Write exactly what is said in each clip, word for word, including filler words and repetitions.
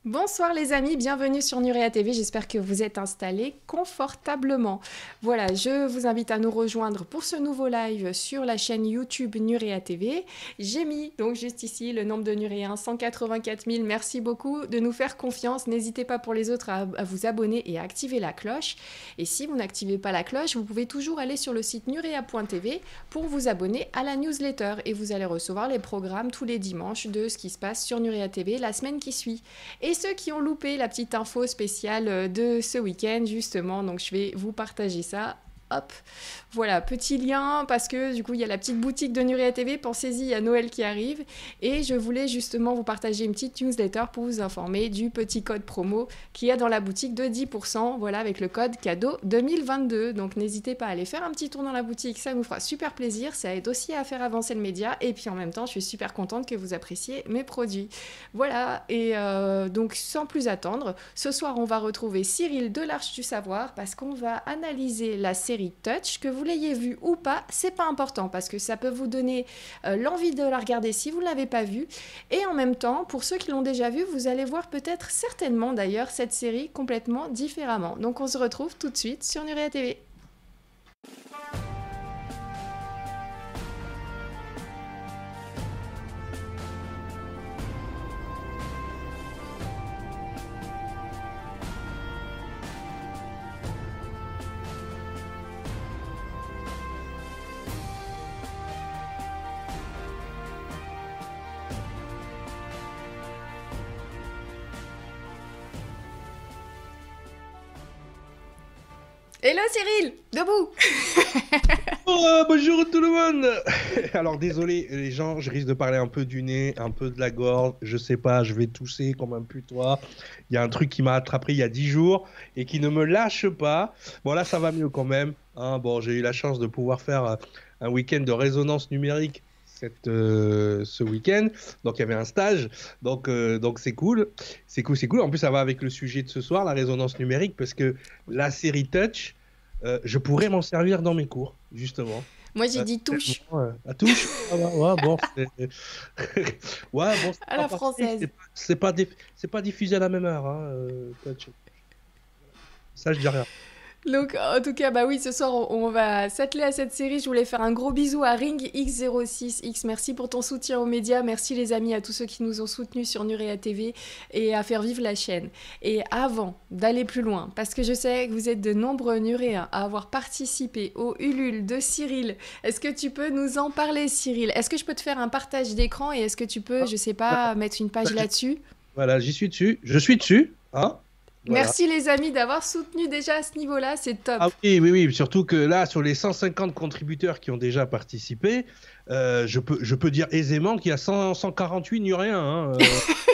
Bonsoir les amis, bienvenue sur Nurea T V, j'espère que vous êtes installés confortablement. Voilà, je vous invite à nous rejoindre pour ce nouveau live sur la chaîne YouTube Nurea T V. J'ai mis donc juste ici le nombre de Nuréens, cent quatre-vingt-quatre mille, merci beaucoup de nous faire confiance. N'hésitez pas pour les autres à, à vous abonner et à activer la cloche. Et si vous n'activez pas la cloche, vous pouvez toujours aller sur le site nurea point t v pour vous abonner à la newsletter et vous allez recevoir les programmes tous les dimanches de ce qui se passe sur Nurea T V la semaine qui suit. Et ceux qui ont loupé la petite info spéciale de ce week-end, justement, donc je vais vous partager ça. Hop, voilà, petit lien, parce que du coup, il y a la petite boutique de Nurea T V, pensez-y, il y a Noël qui arrive, et je voulais justement vous partager une petite newsletter pour vous informer du petit code promo qu'il y a dans la boutique de dix pour cent, voilà, avec le code cadeau deux mille vingt-deux, donc n'hésitez pas à aller faire un petit tour dans la boutique, ça nous fera super plaisir, ça aide aussi à faire avancer le média, et puis en même temps, je suis super contente que vous appréciez mes produits. Voilà, et euh, donc sans plus attendre, ce soir, on va retrouver Cyril de l'Arche du Savoir, parce qu'on va analyser la série Touch, que vous l'ayez vue ou pas, c'est pas important parce que ça peut vous donner euh, l'envie de la regarder si vous ne l'avez pas vue. Et en même temps, pour ceux qui l'ont déjà vue, vous allez voir peut-être certainement d'ailleurs cette série complètement différemment. Donc on se retrouve tout de suite sur Nurea T V. Hello Cyril, debout. Oh, bonjour tout le monde. Alors désolé les gens, je risque de parler un peu du nez, un peu de la gorge, je sais pas, je vais tousser comme un putois. Il y a un truc qui m'a attrapé il y a dix jours et qui ne me lâche pas. Bon là ça va mieux quand même, hein. Bon, j'ai eu la chance de pouvoir faire un week-end de résonance numérique cette, euh, ce week-end, donc il y avait un stage, donc euh, donc c'est cool, c'est cool, c'est cool. En plus ça va avec le sujet de ce soir, la résonance numérique, parce que la série Touch, euh, je pourrais m'en servir dans mes cours, justement. Moi j'ai Euh, dit touche. euh, à touche. Ah, ouais, ouais, bon, c'est... ouais, bon, c'est À pas la parfait, française. c'est pas, c'est pas, diff- c'est pas diffusé à la même heure, hein, euh, Touch. Ça, je dis rien. Donc, en tout cas, bah oui, ce soir, on, on va s'atteler à cette série. Je voulais faire un gros bisou à Ring X zéro six X. Merci pour ton soutien aux médias. Merci les amis, à tous ceux qui nous ont soutenus sur Nurea T V et à faire vivre la chaîne. Et avant d'aller plus loin, parce que je sais que vous êtes de nombreux Nuréens à avoir participé au Ulule de Cyril, est-ce que tu peux nous en parler, Cyril? Est-ce que je peux te faire un partage d'écran et est-ce que tu peux, Ah, je sais pas, mettre une page bah, j'y- là-dessus? voilà, j'y suis dessus. Je suis dessus, hein. Voilà. Merci les amis d'avoir soutenu déjà à ce niveau-là, c'est top. Ah oui, oui, oui. Surtout que là, sur les cent cinquante contributeurs qui ont déjà participé, euh, je peux, je peux dire aisément qu'il y a cent, cent quarante-huit Nuréens, hein. Euh,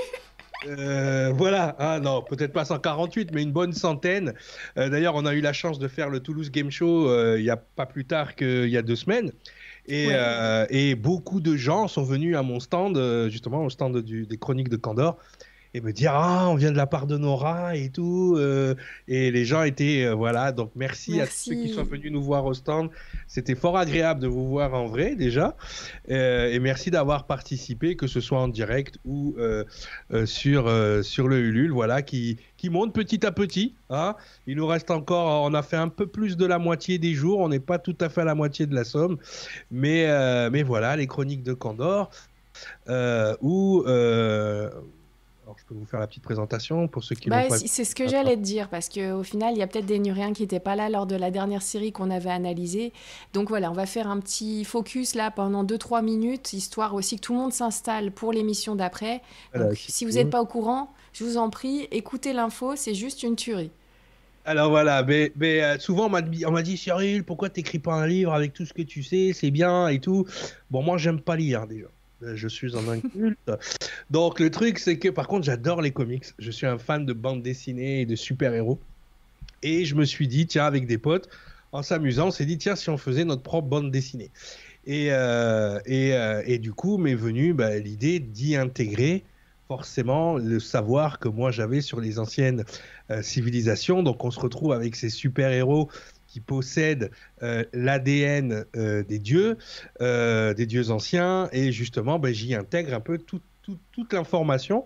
Euh, voilà, ah non, peut-être pas cent quarante-huit, mais une bonne centaine. Euh, d'ailleurs, on a eu la chance de faire le Toulouse Game Show euh, il y a pas plus tard qu'il y a deux semaines. Et, Ouais. euh, et beaucoup de gens sont venus à mon stand, euh, justement au stand du- des Chroniques de Candor, et me dire ah on vient de la part de Nora et tout, euh, et les gens étaient euh, voilà, donc merci à tous ceux qui sont Merci. venus nous voir au stand. C'était fort agréable de vous voir en vrai déjà. Euh, et merci d'avoir participé, que ce soit en direct ou euh, euh, sur euh, sur le Ulule, voilà, qui qui monte petit à petit, hein. Il nous reste encore, on a fait un peu plus de la moitié des jours, on n'est pas tout à fait à la moitié de la somme, mais euh, mais voilà, les Chroniques de Candor, euh, où euh, alors, je peux vous faire la petite présentation pour ceux qui l'ont Bah, pas vu. si- c'est ce que Attends. j'allais te dire, parce qu'au final, il y a peut-être des Nuréens qui n'étaient pas là lors de la dernière série qu'on avait analysée. Donc voilà, on va faire un petit focus là pendant deux trois minutes, histoire aussi que tout le monde s'installe pour l'émission d'après. Voilà, Donc c'est si vous n'êtes cool. pas au courant, je vous en prie, écoutez l'info, c'est juste une tuerie. Alors voilà, mais, mais, euh, souvent on m'a dit, on m'a dit Cyril, pourquoi t'écris pas un livre avec tout ce que tu sais, c'est bien et tout. Bon, moi j'aime pas lire déjà. Euh, Je suis un inculte. Donc le truc c'est que par contre j'adore les comics. Je suis un fan de bande dessinée et de super-héros. Et je me suis dit, tiens, avec des potes, en s'amusant, on s'est dit, tiens, si on faisait notre propre bande dessinée. Et, euh, et, euh, et du coup, m'est venue bah, l'idée d'y intégrer forcément le savoir que moi j'avais sur les anciennes euh, civilisations. Donc on se retrouve avec ces super-héros qui possèdent euh, l'A D N euh, des dieux, euh, des dieux anciens, et justement, bah, j'y intègre un peu tout- tout- toute l'information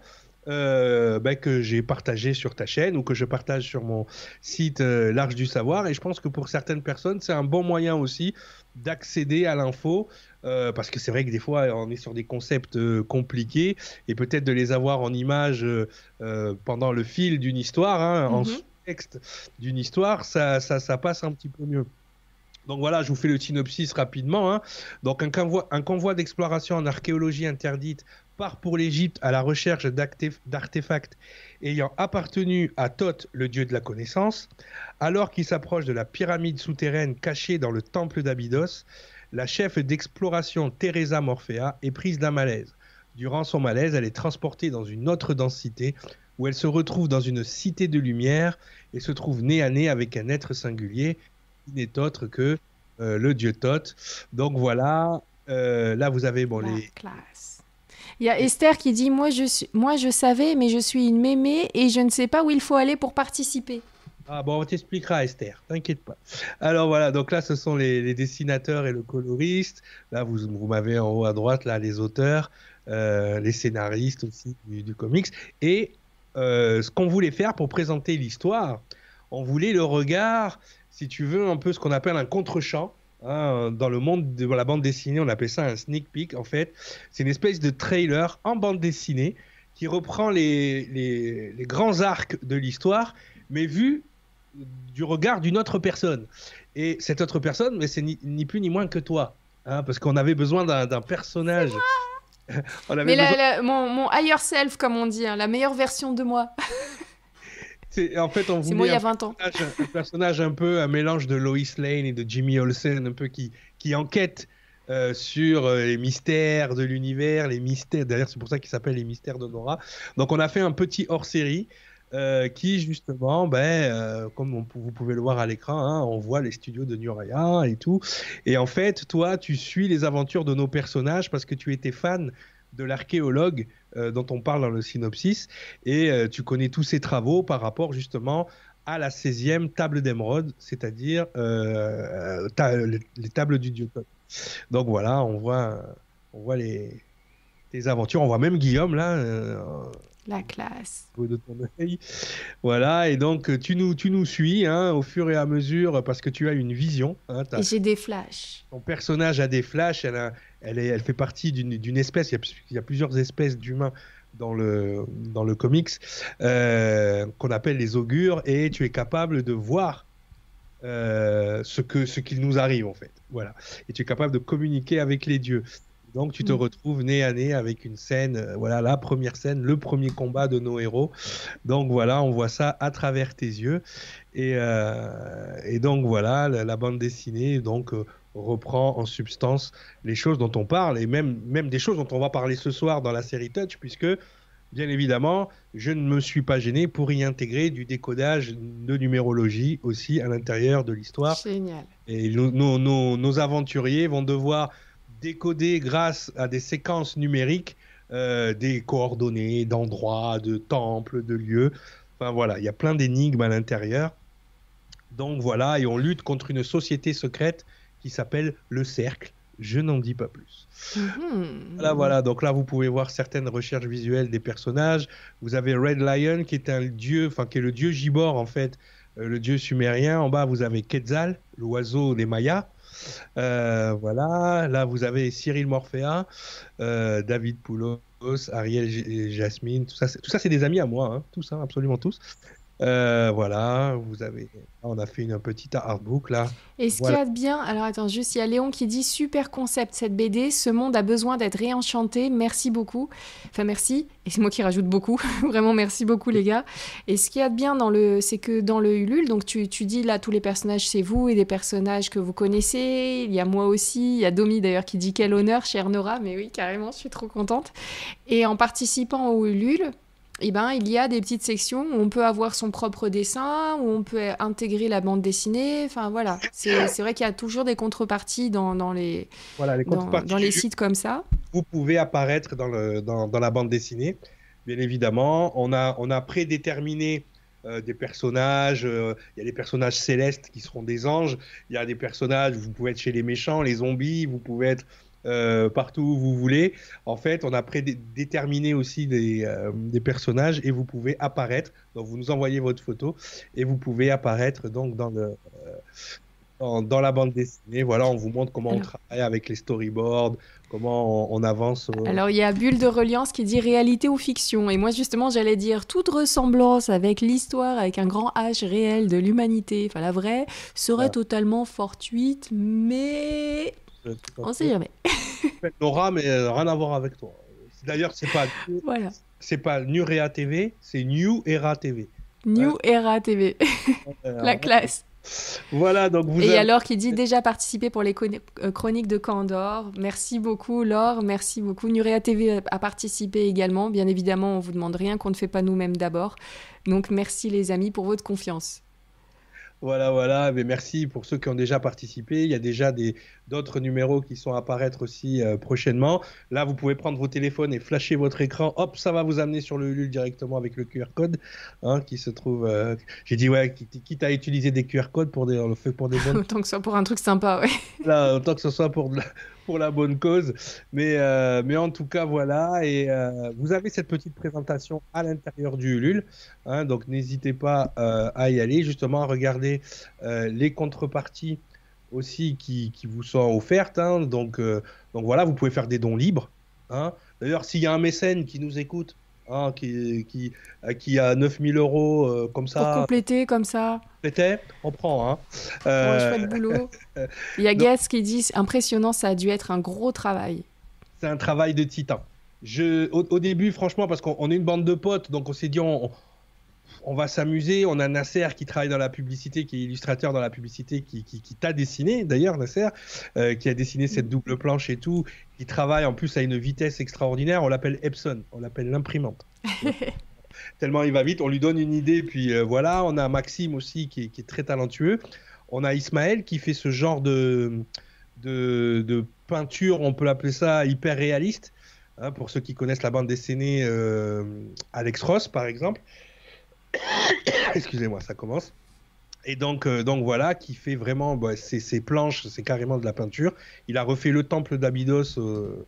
euh, bah, que j'ai partagé sur ta chaîne ou que je partage sur mon site euh, l'Arche du Savoir. Et je pense que pour certaines personnes, c'est un bon moyen aussi d'accéder à l'info. Euh, parce que c'est vrai que des fois, on est sur des concepts euh, compliqués et peut-être de les avoir en images euh, euh, pendant le fil d'une histoire, hein, en Mhm. sous-texte d'une histoire, ça, ça, ça passe un petit peu mieux. Donc voilà, je vous fais le synopsis rapidement, hein. Donc un convoi, un convoi d'exploration en archéologie interdite part pour l'Égypte à la recherche d'artefacts ayant appartenu à Thoth, le dieu de la connaissance. Alors qu'il s'approche de la pyramide souterraine cachée dans le temple d'Abydos, la chef d'exploration Teresa Morphea est prise d'un malaise. Durant son malaise, elle est transportée dans une autre densité où elle se retrouve dans une cité de lumière et se trouve nez à nez avec un être singulier qui n'est autre que euh, le dieu Thoth. Donc voilà, euh, là vous avez bon, La les... classe. Il y a Esther qui dit moi je, suis... moi je savais, mais je suis une mémé et je ne sais pas où il faut aller pour participer. Ah bon, on t'expliquera Esther, t'inquiète pas. Alors voilà, donc là ce sont les, les dessinateurs et le coloriste. Là vous, vous m'avez en haut à droite là les auteurs, euh, les scénaristes aussi du, du comics. Et euh, ce qu'on voulait faire pour présenter l'histoire, on voulait le regard, si tu veux, un peu ce qu'on appelle un contre-champ. Hein, dans le monde de la bande dessinée, on appelle ça un sneak peek. En fait, c'est une espèce de trailer en bande dessinée qui reprend les, les, les grands arcs de l'histoire, mais vu du regard d'une autre personne. Et cette autre personne, mais c'est ni, ni plus ni moins que toi. Hein, parce qu'on avait besoin d'un personnage. On avait Mais la, besoin... la, mon, mon higher self, comme on dit, hein, la meilleure version de moi. En fait, on C'est moi il voulait y a un vingt ans. personnage, un personnage un peu, un mélange de Lois Lane et de Jimmy Olsen, un peu qui, qui enquête euh, sur euh, les mystères de l'univers, les mystères, d'ailleurs c'est pour ça qu'il s'appelle les mystères de Nora. Donc on a fait un petit hors-série euh, qui justement, ben, euh, comme on, vous pouvez le voir à l'écran, hein, on voit les studios de Nuraya et tout. Et en fait, toi, tu suis les aventures de nos personnages parce que tu étais fan de l'archéologue euh, dont on parle dans le synopsis, et euh, tu connais tous ses travaux par rapport justement à la seizième table d'émeraude, c'est-à-dire euh, ta, les, les tables du dieu Thoth. Donc voilà, on voit, on voit les, tes aventures, on voit même Guillaume là. Euh, La classe. de ton œil. Voilà, et donc tu nous, tu nous suis hein, au fur et à mesure parce que tu as une vision. Hein, et j'ai des flashs. Ton personnage a des flashs, elle, a, elle, est, elle fait partie d'une espèce, il y, a, il y a plusieurs espèces d'humains dans le, dans le comics euh, qu'on appelle les augures, et tu es capable de voir euh, ce que ce qu'il nous arrive en fait. Voilà. Et tu es capable de communiquer avec les dieux. Donc tu te mmh. retrouves nez à nez avec une scène, euh, voilà la première scène, le premier combat de nos héros. Donc voilà, on voit ça à travers tes yeux. Et, euh, et donc voilà, la, la bande dessinée donc euh, reprend en substance les choses dont on parle, et même, même des choses dont on va parler ce soir dans la série Touch, puisque bien évidemment, je ne me suis pas gêné pour y intégrer du décodage de numérologie aussi à l'intérieur de l'histoire. Génial. Et nos, nos, nos, nos aventuriers vont devoir décoder grâce à des séquences numériques euh, des coordonnées d'endroits, de temples, de lieux. Enfin voilà, il y a plein d'énigmes à l'intérieur. Donc voilà, et on lutte contre une société secrète qui s'appelle le Cercle. Je n'en dis pas plus. Mmh. Voilà, voilà. Donc là, vous pouvez voir certaines recherches visuelles des personnages. Vous avez Red Lion, qui est un dieu, enfin qui est le dieu Gibor en fait, euh, le dieu sumérien. En bas, vous avez Quetzal, l'oiseau des Mayas. Euh, voilà. Là, vous avez Cyril Morphea, euh, David Poulos, Ariel et Jasmine. Tout ça, tout ça, c'est des amis à moi. Hein. Tout ça, absolument tous. Euh, voilà, vous avez, on a fait une, un petit artbook là. Et ce voilà. qu'il y a de bien, alors attends, juste il y a Léon qui dit super concept cette B D, ce monde a besoin d'être réenchanté, merci beaucoup. Enfin merci, et c'est moi qui rajoute beaucoup, vraiment merci beaucoup les gars. Et ce qu'il y a de bien dans le, c'est que dans le Ulule, donc tu, tu dis là tous les personnages c'est vous et des personnages que vous connaissez, il y a moi aussi, il y a Domi d'ailleurs qui dit quel honneur chère Nora, mais oui carrément, je suis trop contente. Et en participant au Ulule, eh ben, il y a des petites sections où on peut avoir son propre dessin, où on peut intégrer la bande dessinée. Enfin, voilà. C'est, c'est vrai qu'il y a toujours des contreparties dans, dans, les, voilà, les, contreparties dans, dans les sites comme ça. Vous pouvez apparaître dans, le, dans, dans la bande dessinée, bien évidemment. On a, on a prédéterminé euh, des personnages. Il euh, y a des personnages célestes qui seront des anges. Il y a des personnages, vous pouvez être chez les méchants, les zombies. Vous pouvez être euh, partout où vous voulez. En fait, on a prédéterminé aussi des, euh, des personnages et vous pouvez apparaître. Donc, vous nous envoyez votre photo et vous pouvez apparaître donc dans le, euh, dans, dans la bande dessinée. Voilà, on vous montre comment on Alors, travaille avec les storyboards, comment on, on avance. euh. alors, il y a Bulle de Reliance qui dit réalité ou fiction. Et moi, justement, j'allais dire toute ressemblance avec l'histoire, avec un grand H réel de l'humanité, enfin la vraie, serait Voilà, totalement fortuite, mais euh, tout à on sait fait. jamais. Laura, mais euh, rien à voir avec toi. D'ailleurs, c'est pas Voilà. c'est pas Nurea T V, c'est New Era T V. Ouais, New Era T V, la euh, classe. voilà, donc Et vous il y a avez. Laure qui dit déjà participer pour les chroni- euh, chroniques de Candor. Merci beaucoup Laure, merci beaucoup. Nurea T V a a participé également. Bien évidemment, on vous demande rien qu'on ne fait pas nous-mêmes d'abord. Donc merci les amis pour votre confiance. Voilà, voilà. Mais merci pour ceux qui ont déjà participé. Il y a déjà des d'autres numéros qui sont à apparaître aussi euh, prochainement. Là, vous pouvez prendre vos téléphones et flasher votre écran. Hop, ça va vous amener sur le Ulule directement avec le Q R code hein, qui se trouve. euh, J'ai dit ouais, quitte quitte à utiliser des Q R codes pour des, on le fait pour des bonnes. Autant que ce soit pour un truc sympa, ouais. Là, autant que ce soit pour, de la, pour la bonne cause. Mais, euh, mais en tout cas, voilà. Et euh, vous avez cette petite présentation à l'intérieur du Ulule. Hein, donc, n'hésitez pas euh, à y aller, justement, à regarder euh, les contreparties aussi qui, qui vous sont offertes. Hein. Donc, euh, donc, voilà, vous pouvez faire des dons libres. Hein. D'ailleurs, s'il y a un mécène qui nous écoute, hein, qui, qui, euh, qui a neuf mille euros euh, comme Pour ça, compléter comme ça, peut-être, on prend. Hein. pour un Euh, chouette boulot. Il y a donc, Guess qui dit c'est impressionnant, ça a dû être un gros travail. c'est un travail de titan. Je, au, au début, franchement, parce qu'on on est une bande de potes, donc on s'est dit on, on va s'amuser. On a Nasser qui travaille dans la publicité, qui est illustrateur dans la publicité, qui, qui, qui t'a dessiné d'ailleurs, Nasser, euh, qui a dessiné cette double planche et tout, qui travaille en plus à une vitesse extraordinaire. On l'appelle Epson, on l'appelle l'imprimante. Tellement il va vite, on lui donne une idée, puis euh, voilà. On a Maxime aussi qui est, qui est très talentueux. On a Ismaël qui fait ce genre de, de, de peinture, on peut l'appeler ça hyper réaliste. Hein, pour ceux qui connaissent la bande dessinée euh, Alex Ross, par exemple. Excusez-moi, ça commence. Et donc, euh, donc voilà, qui fait vraiment, bah, ses, ses planches, c'est carrément de la peinture. Il a refait le temple d'Abydos euh,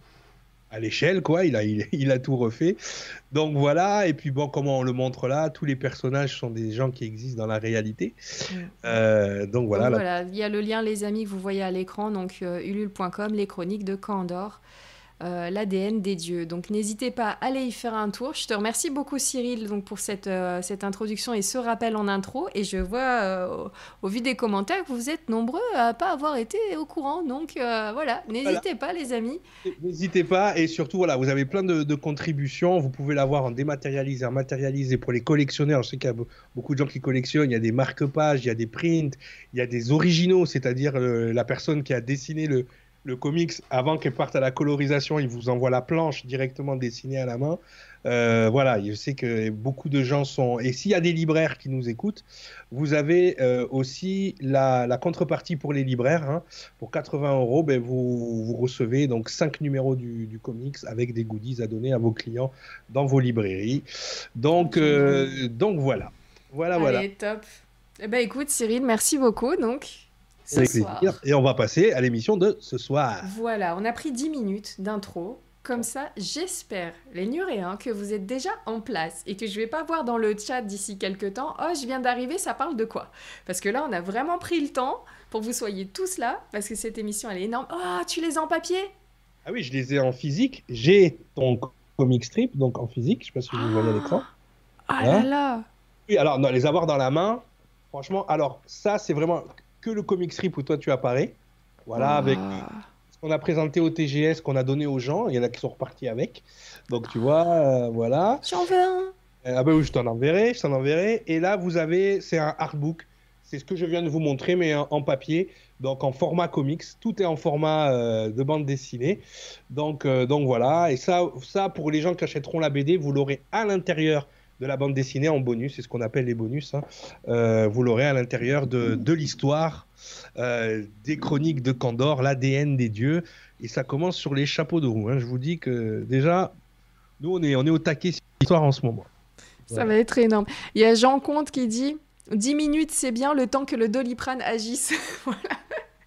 à l'échelle, quoi. Il a, il, il a tout refait. Donc voilà, et puis bon, comment on le montre là, tous les personnages sont des gens qui existent dans la réalité. Mm. Euh, donc voilà. Donc Là... voilà, il y a le lien, les amis, que vous voyez à l'écran, donc euh, ulule point com, les chroniques de Candor. Euh, l'A D N des dieux. Donc n'hésitez pas à aller y faire un tour. Je te remercie beaucoup Cyril donc, pour cette, euh, cette introduction et ce rappel en intro. Et je vois euh, au, au vu des commentaires que vous êtes nombreux à pas avoir été au courant. Donc euh, voilà, n'hésitez voilà. pas les amis. N'hésitez pas et surtout voilà, vous avez plein de, de contributions. Vous pouvez l'avoir en dématérialisé, en matérialisé pour les collectionneurs. Je sais qu'il y a beaucoup de gens qui collectionnent. Il y a des marque-pages, il y a des prints, il y a des originaux, c'est-à-dire euh, la personne qui a dessiné le le comics, avant qu'elle parte à la colorisation, il vous envoie la planche directement dessinée à la main. Euh, voilà, je sais que beaucoup de gens sont... Et s'il y a des libraires qui nous écoutent, vous avez euh, aussi la, la contrepartie pour les libraires. Hein. Pour quatre-vingts euros, ben, vous, vous recevez donc cinq numéros du, du comics avec des goodies à donner à vos clients dans vos librairies. Donc, euh, donc voilà. Voilà, Allez, voilà. top. Eh ben, écoute, Cyril, merci beaucoup. Donc... Ce Avec soir. Plaisir. Et on va passer à l'émission de ce soir. Voilà, on a pris dix minutes d'intro. Comme ça, j'espère, les Nuréens, que vous êtes déjà en place et que je ne vais pas voir dans le chat d'ici quelques temps « Oh, je viens d'arriver, ça parle de quoi ?» Parce que là, on a vraiment pris le temps pour que vous soyez tous là, parce que cette émission, elle est énorme. « Oh, tu les as en papier ?» Ah oui, je les ai en physique. J'ai ton comic strip, donc en physique. Je ne sais pas si vous ah. voyez à l'écran. Ah hein là là. Oui, alors, non, les avoir dans la main, franchement, alors, ça, c'est vraiment... que le comic strip où toi tu apparais, voilà, oh. avec ce qu'on a présenté au T G S, qu'on a donné aux gens, il y en a qui sont repartis avec, donc tu vois, euh, voilà. J'en veux un. Ah ben oui, je t'en enverrai, je t'en enverrai, et là vous avez, c'est un artbook, c'est ce que je viens de vous montrer, mais en, en papier, donc en format comics, tout est en format euh, de bande dessinée, donc, euh, donc voilà, et ça, ça pour les gens qui achèteront la B D, vous l'aurez à l'intérieur de la bande dessinée en bonus, c'est ce qu'on appelle les bonus. Hein. Euh, vous l'aurez à l'intérieur de, de l'histoire, euh, des chroniques de Candor, l'A D N des dieux, et ça commence sur les chapeaux de roue. Hein. Je vous dis que déjà, nous on est, on est au taquet sur l'histoire en ce moment. Ça voilà. va être énorme. Il y a Jean Comte qui dit « dix minutes c'est bien le temps que le Doliprane agisse ». Voilà.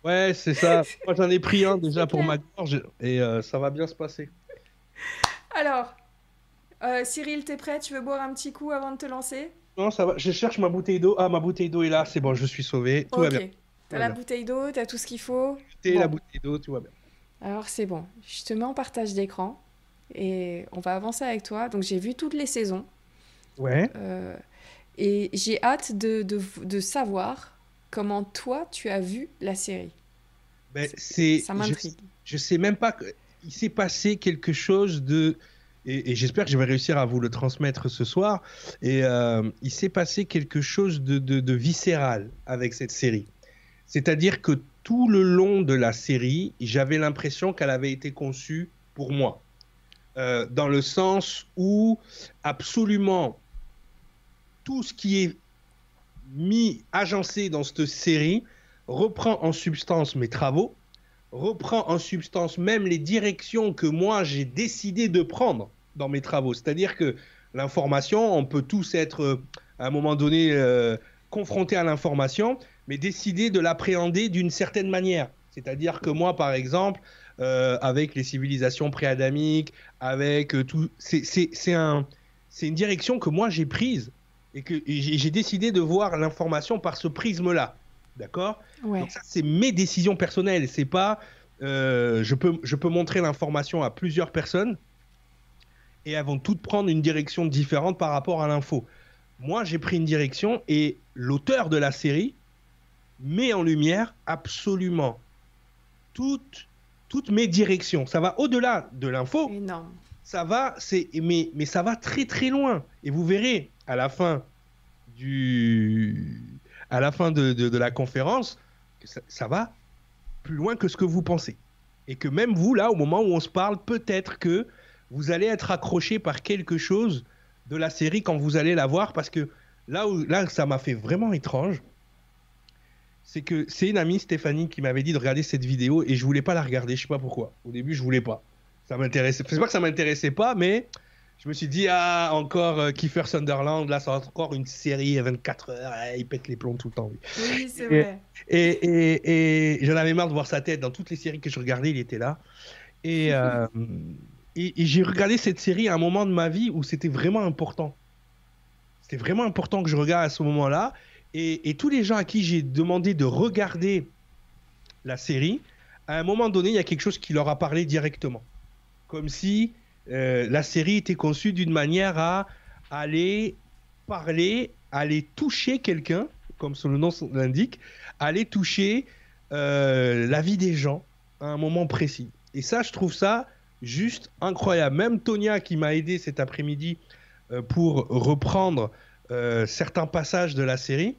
Ouais, c'est ça. Moi, j'en ai pris un déjà C'est pour clair. ma gorge et euh, ça va bien se passer. Alors, euh, Cyril, t'es prêt? Tu veux boire un petit coup avant de te lancer? Non, ça va. Je cherche ma bouteille d'eau. Ah, ma bouteille d'eau est là. C'est bon, je suis sauvé. Tout va Ok. bien. Tout T'as va la bien. bouteille d'eau, t'as tout ce qu'il faut. T'es la Bon, bouteille d'eau, tout va bien. alors c'est bon. Je te mets en partage d'écran et on va avancer avec toi. Donc j'ai vu toutes les saisons Ouais. euh, et j'ai hâte de, de, de savoir comment toi tu as vu la série. Ben, C'est- c'est, Ça je, m'intrigue. je sais même pas que, il s'est passé quelque chose de, et, et j'espère que je vais réussir à vous le transmettre ce soir. Et euh, il s'est passé quelque chose de, de, de viscéral avec cette série. C'est-à-dire que tout le long de la série, j'avais l'impression qu'elle avait été conçue pour moi. Euh, dans le sens où absolument tout ce qui est mis, agencé dans cette série reprend en substance mes travaux, reprend en substance même les directions que moi j'ai décidé de prendre dans mes travaux. C'est-à-dire que l'information, on peut tous être euh, à un moment donné euh, confrontés à l'information, mais décider de l'appréhender d'une certaine manière. C'est-à-dire que moi, par exemple, euh, avec les civilisations pré-adamiques, avec euh, tout, c'est c'est- c'est un, c'est une direction que moi j'ai prise et que et j'ai j'ai décidé de voir l'information par ce prisme-là. D'accord? Donc Ouais. ça, c'est mes décisions personnelles. C'est pas, euh, je peux, je peux montrer l'information à plusieurs personnes et elles vont toutes prendre une direction différente par rapport à l'info. Moi, j'ai pris une direction et l'auteur de la série met en lumière absolument toutes, toutes mes directions. Ça va au-delà de l'info. Énorme. Ça va, c'est, mais, mais ça va très très loin. Et vous verrez à la fin du, à la fin de, de, de la conférence que ça, ça va plus loin que ce que vous pensez. Et que même vous, là, au moment où on se parle, peut-être que vous allez être accroché par quelque chose de la série quand vous allez la voir, parce que là où là, ça m'a fait vraiment étrange, c'est que c'est une amie, Stéphanie, qui m'avait dit de regarder cette vidéo et je voulais pas la regarder, je sais pas pourquoi. Au début, je voulais pas. Ça m'intéressait. C'est pas que ça m'intéressait pas, mais je me suis dit, ah, encore euh, Kiefer Sutherland, là, ça va être encore une série à vingt-quatre heures, ah, il pète les plombs tout le temps. Oui. Oui, c'est Et, vrai. et, et, et j'en avais marre de voir sa tête. Dans toutes les séries que je regardais, il était là. Et, euh, et, et j'ai regardé cette série à un moment de ma vie où c'était vraiment important. C'était vraiment important que je regarde à ce moment-là. Et, et tous les gens à qui j'ai demandé de regarder la série, à un moment donné, il y a quelque chose qui leur a parlé directement. Comme si euh, la série était conçue d'une manière à aller parler, aller toucher quelqu'un, comme son nom l'indique, aller toucher euh, la vie des gens à un moment précis. Et ça, je trouve ça juste incroyable. Même Tonia, qui m'a aidé cet après-midi euh, pour reprendre euh, certains passages de la série,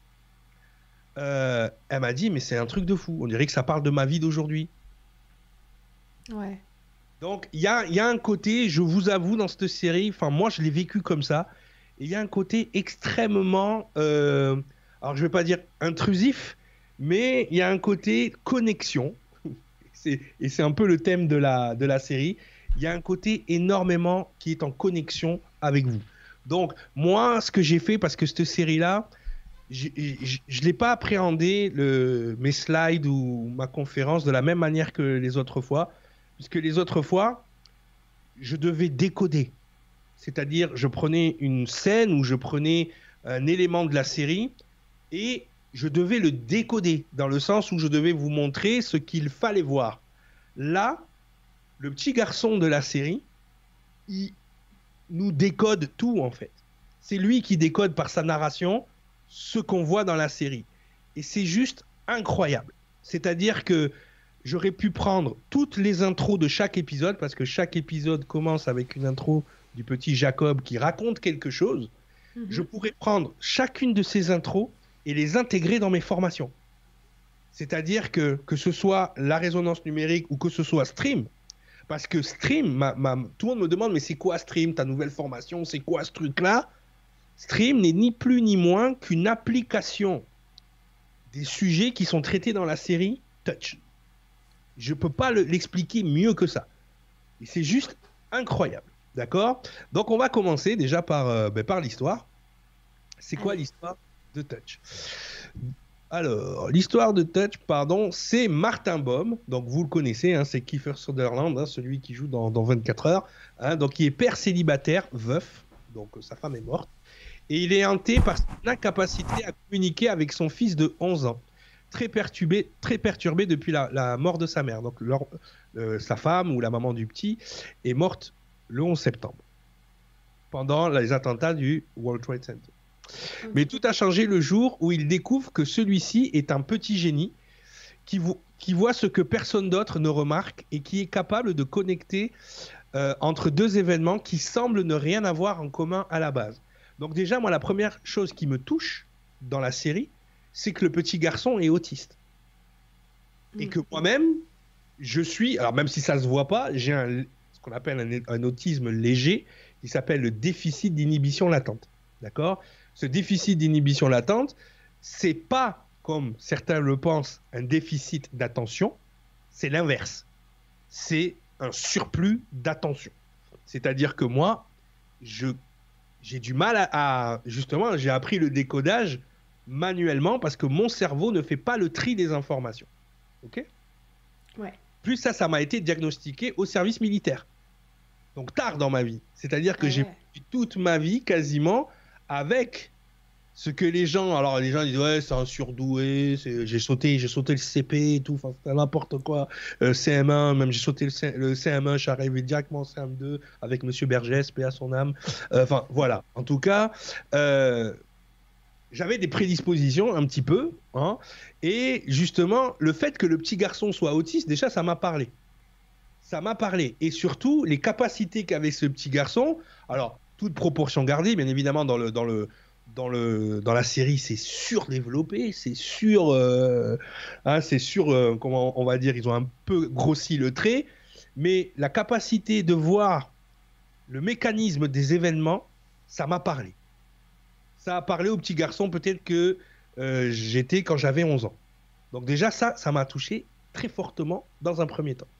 euh, elle m'a dit, mais c'est un truc de fou. On dirait que ça parle de ma vie d'aujourd'hui. Ouais. Donc, il y a, y a un côté, je vous avoue, dans cette série, enfin, moi, je l'ai vécu comme ça. Et il y a un côté extrêmement, euh, alors je vais pas dire intrusif, mais il y a un côté connexion. C'est, et c'est un peu le thème de la, de la série. Il y a un côté énormément qui est en connexion avec vous. Donc, moi, ce que j'ai fait, parce que cette série-là, j'ai- j'ai- je ne l'ai pas appréhendé, le, mes slides ou ma conférence, de la même manière que les autres fois, puisque les autres fois, je devais décoder. C'est-à-dire, je prenais une scène ou je prenais un élément de la série et je devais le décoder, dans le sens où je devais vous montrer ce qu'il fallait voir. Là, le petit garçon de la série, il nous décode tout, en fait. C'est lui qui décode par sa narration ce qu'on voit dans la série. Et c'est juste incroyable. C'est-à-dire que j'aurais pu prendre toutes les intros de chaque épisode, parce que chaque épisode commence avec une intro du petit Jacob qui raconte quelque chose. Je Mhm. pourrais prendre chacune de ces intros et les intégrer dans mes formations. C'est-à-dire que que ce soit la résonance numérique ou que ce soit Stream, parce que Stream, ma, ma, tout le monde me demande, mais c'est quoi Stream, ta nouvelle formation, c'est quoi ce truc-là? Stream n'est ni plus ni moins qu'une application des sujets qui sont traités dans la série Touch. Je ne peux pas le, l'expliquer mieux que ça. Et c'est juste incroyable. D'accord? Donc on va commencer déjà par, euh, ben, par l'histoire. C'est quoi Allez. l'histoire de Touch? Alors, l'histoire de Touch, pardon, c'est Martin Baum. Donc, vous le connaissez, hein, c'est Kiefer Sutherland, hein, celui qui joue dans, dans vingt-quatre heures. Hein, donc, il est père célibataire, veuf. Donc, euh, sa femme est morte. Et il est hanté par son incapacité à communiquer avec son fils de onze ans. Très perturbé, très perturbé depuis la, la mort de sa mère. Donc, leur, euh, sa femme ou la maman du petit est morte le onze septembre, pendant les attentats du World Trade Center. Mais tout a changé le jour où il découvre que celui-ci est un petit génie qui, vo- qui voit ce que personne d'autre ne remarque et qui est capable de connecter euh, entre deux événements qui semblent ne rien avoir en commun à la base. Donc déjà, moi, la première chose qui me touche dans la série, c'est que le petit garçon est autiste. Et que moi-même, je suis... Alors même si ça ne se voit pas, j'ai un, ce qu'on appelle un, un autisme léger qui s'appelle le déficit d'inhibition latente. D'accord ? Ce déficit d'inhibition latente, c'est pas, comme certains le pensent, un déficit d'attention, c'est l'inverse. C'est un surplus d'attention. C'est-à-dire que moi, je, j'ai du mal à, à... Justement, j'ai appris le décodage manuellement parce que mon cerveau ne fait pas le tri des informations. Ok ? Ouais. Plus ça, ça m'a été diagnostiqué au service militaire. Donc tard dans ma vie. C'est-à-dire que Ah j'ai ouais. vécu toute ma vie quasiment avec ce que les gens... Alors les gens disent ouais, c'est un surdoué, c'est... j'ai sauté, j'ai sauté le C P et tout, enfin c'est n'importe quoi. Euh, C M un, même j'ai sauté le, C... le C M un, je suis arrivé directement en C M deux avec Monsieur Bergès, paix à son âme. Euh, Enfin voilà. En tout cas, euh, j'avais des prédispositions un petit peu, hein, et justement le fait que le petit garçon soit autiste, déjà ça m'a parlé. Ça m'a parlé. Et surtout, les capacités qu'avait ce petit garçon, alors, toute proportion gardée, bien évidemment, dans, le, dans, le, dans, le, dans la série, c'est surdéveloppé, c'est sur... Euh, hein, c'est sur, euh, comment on va dire, ils ont un peu grossi le trait, mais la capacité de voir le mécanisme des événements, ça m'a parlé. Ça a parlé au petit garçon peut-être que euh, j'étais quand j'avais onze ans. Donc déjà, ça, ça m'a touché très fortement dans un premier temps.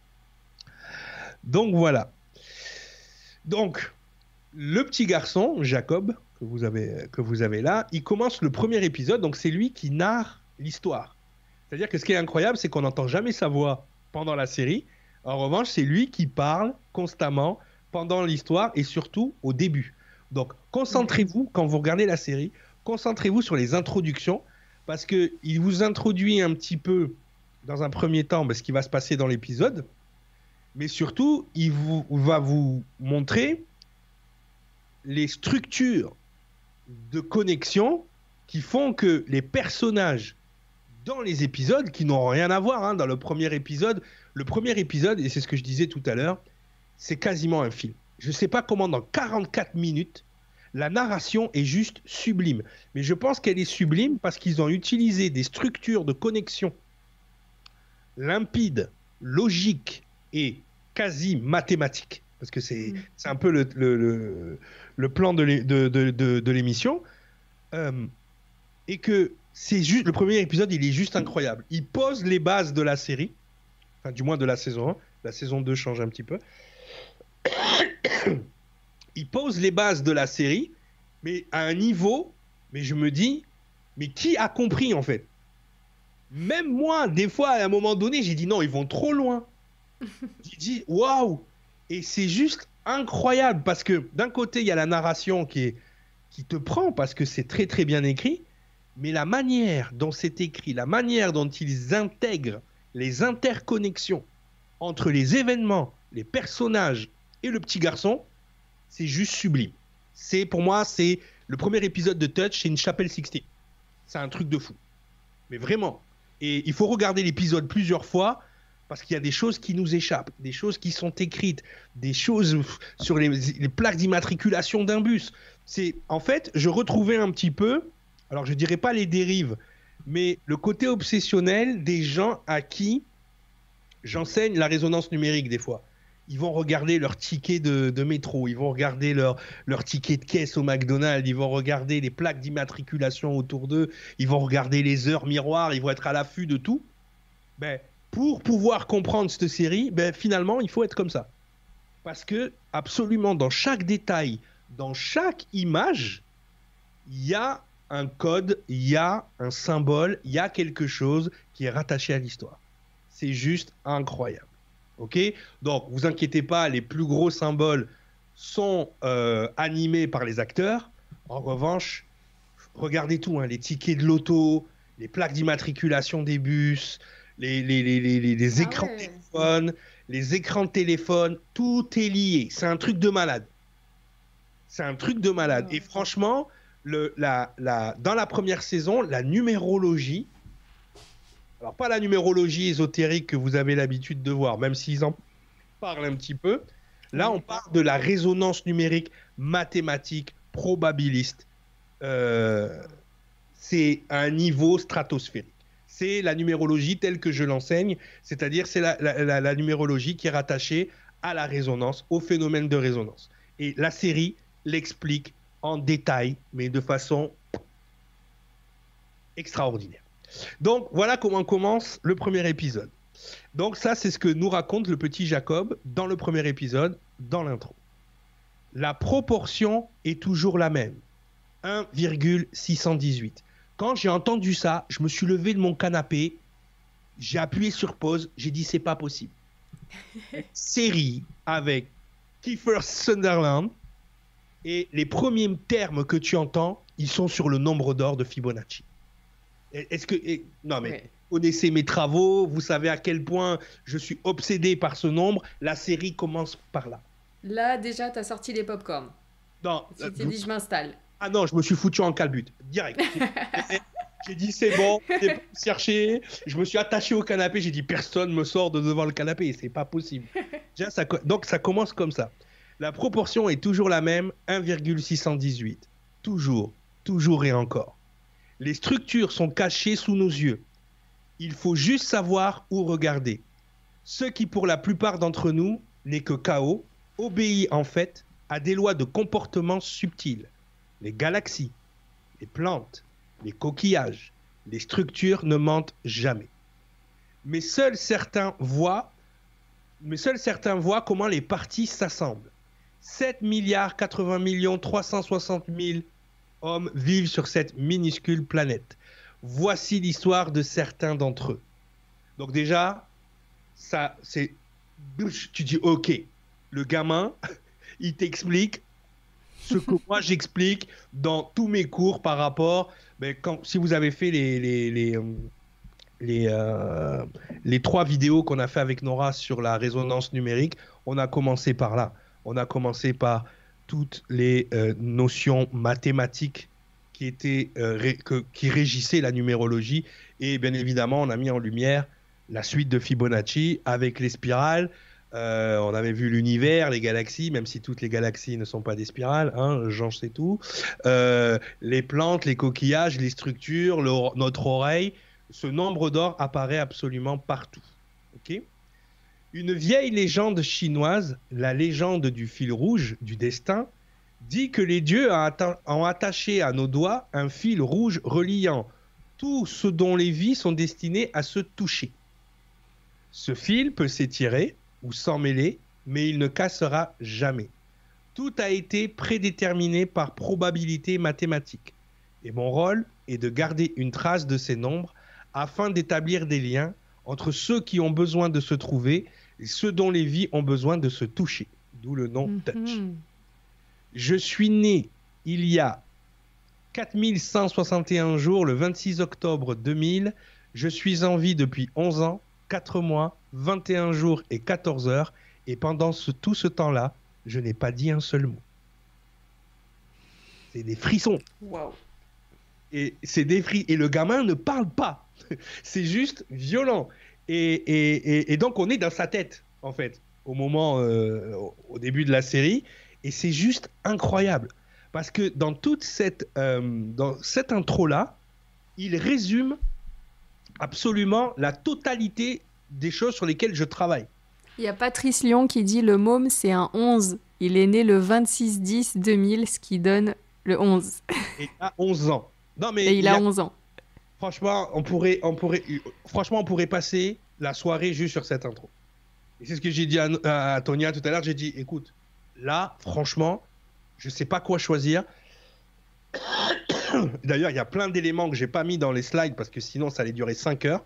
Donc voilà. Donc, le petit garçon, Jacob, que vous avez, que vous avez là, il commence le premier épisode, donc c'est lui qui narre l'histoire. C'est-à-dire que ce qui est incroyable, c'est qu'on n'entend jamais sa voix pendant la série. En revanche, c'est lui qui parle constamment pendant l'histoire et surtout au début. Donc, concentrez-vous, quand vous regardez la série, concentrez-vous sur les introductions, parce qu'il vous introduit un petit peu, dans un premier temps, ce qui va se passer dans l'épisode. Mais surtout, il vous, va vous montrer les structures de connexion qui font que les personnages dans les épisodes, qui n'ont rien à voir, hein, dans le premier épisode, le premier épisode, et c'est ce que je disais tout à l'heure, c'est quasiment un film. Je ne sais pas comment dans quarante-quatre minutes, la narration est juste sublime. Mais je pense qu'elle est sublime parce qu'ils ont utilisé des structures de connexion limpides, logiques, et quasi mathématique, parce que c'est mmh. c'est un peu le, le, le, le plan de, l'é, de, de, de, de l'émission, euh, et que c'est juste, le premier épisode, il est juste incroyable. Il pose les bases de la série, enfin du moins de la saison un, la saison deux change un petit peu. Il pose les bases de la série, mais à un niveau, mais je me dis, mais qui a compris en fait ? Même moi, des fois, à un moment donné, j'ai dit non, ils vont trop loin. J'ai dit waouh! Et c'est juste incroyable parce que d'un côté, il y a la narration qui, est, qui te prend parce que c'est très très bien écrit, mais la manière dont c'est écrit, la manière dont ils intègrent les interconnexions entre les événements, les personnages et le petit garçon, c'est juste sublime. C'est, pour moi, c'est le premier épisode de Touch, c'est une Chapelle Sixtine. C'est un truc de fou. Mais vraiment. Et il faut regarder l'épisode plusieurs fois parce qu'il y a des choses qui nous échappent, des choses qui sont écrites, des choses sur les, les plaques d'immatriculation d'un bus. C'est, en fait, je retrouvais un petit peu, alors je ne dirais pas les dérives, mais le côté obsessionnel des gens à qui j'enseigne la résonance numérique des fois. Ils vont regarder leur ticket de, de métro, ils vont regarder leur, leur ticket de caisse au McDonald's, ils vont regarder les plaques d'immatriculation autour d'eux, ils vont regarder les heures miroirs, ils vont être à l'affût de tout. Ben, pour pouvoir comprendre cette série, ben, finalement, il faut être comme ça. Parce que, absolument, dans chaque détail, dans chaque image, il y a un code, il y a un symbole, il y a quelque chose qui est rattaché à l'histoire. C'est juste incroyable. Ok ? Donc, vous inquiétez pas, les plus gros symboles sont euh, animés par les acteurs. En revanche, regardez tout, hein, les tickets de loto, les plaques d'immatriculation des bus, les, les, les, les, les, les écrans Ah ouais. de téléphone, les écrans de téléphone, tout est lié. C'est un truc de malade. C'est un truc de malade. Oh. Et franchement, le, la, la, dans la première saison, la numérologie, alors pas la numérologie ésotérique que vous avez l'habitude de voir, même s'ils en parlent un petit peu, là Ouais. on parle de la résonance numérique mathématique probabiliste. Euh, c'est un niveau stratosphérique. C'est la numérologie telle que je l'enseigne, c'est-à-dire c'est la, la, la, la numérologie qui est rattachée à la résonance, au phénomène de résonance. Et la série l'explique en détail, mais de façon extraordinaire. Donc voilà comment commence le premier épisode. Donc ça, c'est ce que nous raconte le petit Jacob dans le premier épisode, dans l'intro. La proportion est toujours la même, un virgule six cent dix-huit. Quand j'ai entendu ça, je me suis levé de mon canapé, j'ai appuyé sur pause, j'ai dit c'est pas possible. Série avec Kiefer Sutherland et les premiers termes que tu entends, ils sont sur le nombre d'or de Fibonacci. Est-ce que et, non mais ouais. Vous connaissez mes travaux, vous savez à quel point je suis obsédé par ce nombre. La série commence par là. Là déjà, t'as sorti les pop-corn. Non. Tu t'es dit je m'installe. Ah non, je me suis foutu en calbute direct. J'ai dit c'est bon, j'ai pas cherché. Je me suis attaché au canapé. J'ai dit personne me sort de devant le canapé. C'est pas possible. Déjà, ça, donc ça commence comme ça. La proportion est toujours la même, un virgule six cent dix-huit. Toujours, toujours et encore. Les structures sont cachées sous nos yeux. Il faut juste savoir où regarder. Ce qui, pour la plupart d'entre nous, n'est que chaos, obéit en fait à des lois de comportement subtiles. Les galaxies, les plantes, les coquillages, les structures ne mentent jamais. Mais seuls certains voient, mais seuls certains voient comment les parties s'assemblent. sept milliards quatre-vingts millions trois cent soixante mille hommes vivent sur cette minuscule planète. Voici l'histoire de certains d'entre eux. Donc déjà, ça, c'est... Tu dis, ok, le gamin, il t'explique ce que moi j'explique dans tous mes cours par rapport... Ben, quand, si vous avez fait les, les, les, les, euh, les trois vidéos qu'on a fait avec Nora sur la résonance numérique, on a commencé par là. On a commencé par toutes les euh, notions mathématiques qui, étaient, euh, ré, que, qui régissaient la numérologie. Et bien évidemment, on a mis en lumière la suite de Fibonacci avec les spirales. Euh, on avait vu l'univers, les galaxies, même si toutes les galaxies ne sont pas des spirales, hein, j'en sais tout. Euh, les plantes, les coquillages, les structures, le, notre oreille. Ce nombre d'or apparaît absolument partout. Okay ? Une vieille légende chinoise, la légende du fil rouge du destin, dit que les dieux ont attaché à nos doigts un fil rouge reliant tout ce dont les vies sont destinées à se toucher. Ce fil peut s'étirer ou s'emmêler, mais il ne cassera jamais. Tout a été prédéterminé par probabilité mathématique. Et mon rôle est de garder une trace de ces nombres afin d'établir des liens entre ceux qui ont besoin de se trouver et ceux dont les vies ont besoin de se toucher. D'où le nom mm-hmm. Touch. Je suis né il y a quatre mille cent soixante et un jours, le vingt-six octobre deux mille. Je suis en vie depuis onze ans, quatre mois, vingt et un jours et quatorze heures. Et pendant ce, tout ce temps-là, je n'ai pas dit un seul mot. C'est des frissons. Wow. Et, c'est des fri- et le gamin ne parle pas. C'est juste violent. Et, et, et, et donc, on est dans sa tête, en fait, au moment, euh, au début de la série. Et c'est juste incroyable. Parce que dans toute cette, euh, dans cette intro-là, il résume absolument la totalité des choses sur lesquelles je travaille. Il y a Patrice Lyon qui dit « Le môme, c'est un onze. Il est né le vingt-six dix deux mille, ce qui donne le onze. » Et il a onze ans. Non, mais Et il, il a, a onze ans. Franchement, on pourrait, on pourrait, franchement, on pourrait passer la soirée juste sur cette intro. Et c'est ce que j'ai dit à, à, à Tonia tout à l'heure. J'ai dit, écoute, là, franchement, je ne sais pas quoi choisir. D'ailleurs, il y a plein d'éléments que j'ai pas mis dans les slides parce que sinon ça allait durer cinq heures.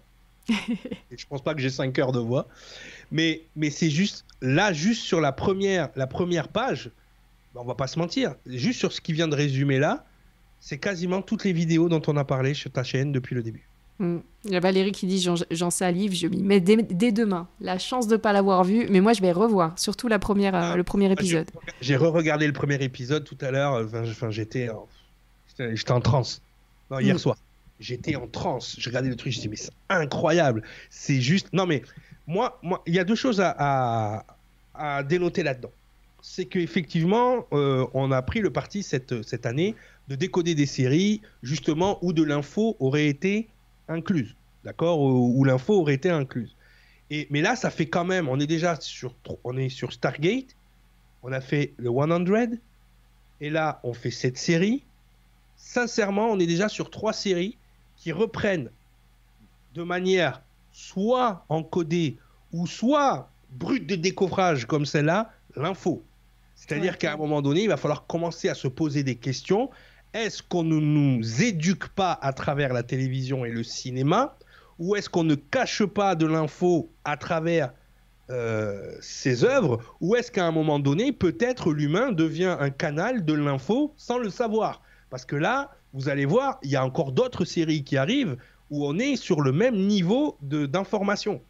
Et je pense pas que j'ai cinq heures de voix. Mais, mais c'est juste, là, juste sur la première, la première page, ben, on va pas se mentir, juste sur ce qui vient de résumer là, c'est quasiment toutes les vidéos dont on a parlé sur ta chaîne depuis le début. Mm. Il y a Valérie qui dit j'en, j'en salive, je m'y mets dès, dès demain. La chance de ne pas l'avoir vu, mais moi je vais revoir, surtout la première, euh, le premier épisode. J'ai, j'ai re-regardé le premier épisode tout à l'heure, enfin, enfin, j'étais, en, j'étais, j'étais en transe. Non, hier mm. soir. J'étais en transe, je regardais le truc, je me dis mais c'est incroyable, c'est juste... Non mais, moi, moi, il y a deux choses à, à, à dénoter là-dedans. C'est qu'effectivement, euh, on a pris le parti cette, cette année de décoder des séries, justement, où de l'info aurait été incluse, d'accord, où, où l'info aurait été incluse. Et, mais là, ça fait quand même, on est déjà sur, on est sur Stargate, on a fait le cent, et là, on fait cette série. Sincèrement, on est déjà sur trois séries qui reprennent de manière soit encodée ou soit brute de décoffrage comme celle-là, l'info. C'est-à-dire ouais. qu'à un moment donné, il va falloir commencer à se poser des questions. Est-ce qu'on ne nous éduque pas à travers la télévision et le cinéma, ou est-ce qu'on ne cache pas de l'info à travers euh, ces œuvres, ou est-ce qu'à un moment donné, peut-être l'humain devient un canal de l'info sans le savoir? Parce que là, vous allez voir, il y a encore d'autres séries qui arrivent où on est sur le même niveau de, d'information.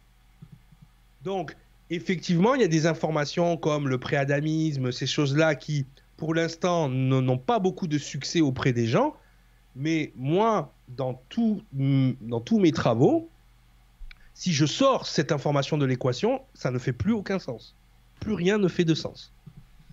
Donc, effectivement, il y a des informations comme le préadamisme, ces choses-là qui, pour l'instant, n'ont pas beaucoup de succès auprès des gens. Mais moi, dans, tout, dans tous mes travaux, si je sors cette information de l'équation, ça ne fait plus aucun sens. Plus rien ne fait de sens. D'accord ?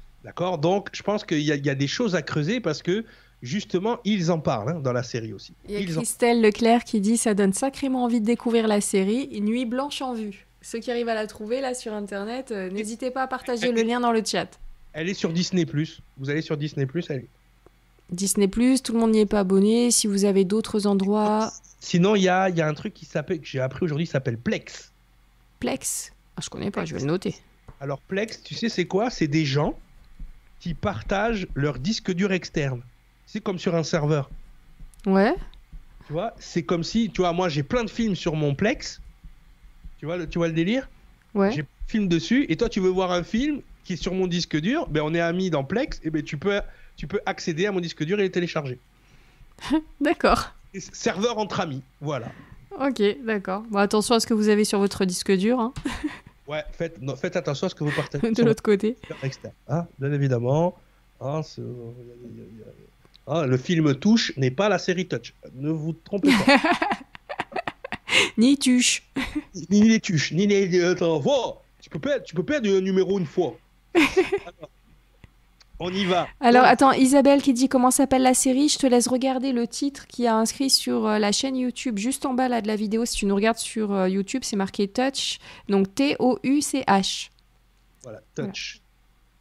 Donc, je pense qu'il y a, il y a des choses à creuser parce que justement, ils en parlent hein, dans la série aussi. Il y a ils Christelle en... Leclerc qui dit « Ça donne sacrément envie de découvrir la série. Nuit blanche en vue ». Ceux qui arrivent à la trouver là sur Internet, euh, n'hésitez pas à partager elle le est... lien dans le chat. Elle est sur Disney plus. Vous allez sur Disney plus, elle est... Disney plus, tout le monde n'y est pas abonné. Si vous avez d'autres endroits... Sinon, il y a, y a un truc qui s'appelle, que j'ai appris aujourd'hui, qui s'appelle Plex. Plex ah, je connais pas, Plex. Je vais le noter. Alors Plex, tu sais c'est quoi? C'est des gens qui partagent leur disque dur externe. C'est comme sur un serveur. Ouais. Tu vois, c'est comme si, tu vois, moi j'ai plein de films sur mon Plex. Tu vois le, tu vois le délire? Ouais. J'ai plein de films dessus. Et toi, tu veux voir un film qui est sur mon disque dur, ben on est amis dans Plex, et ben tu peux, tu peux accéder à mon disque dur et le télécharger. D'accord. Et serveur entre amis, voilà. Ok, d'accord. Bon, attention à ce que vous avez sur votre disque dur. Hein. Ouais, faites, non, faites attention à ce que vous partagez. De l'autre côté. Externe. Ah, bien évidemment. Ah, c'est... Ah, le film Touche n'est pas la série Touch. Ne vous trompez pas. Ni Tuche. Ni, ni les Tuches, ni les... Attends, oh, tu peux perdre, tu peux perdre un numéro une fois. Alors, on y va. Alors, donc... attends, Isabelle qui dit comment s'appelle la série. Je te laisse regarder le titre qui a inscrit sur euh, la chaîne YouTube, juste en bas là, de la vidéo. Si tu nous regardes sur euh, YouTube, c'est marqué Touch. Donc T O U C H. Voilà, Touch. Voilà.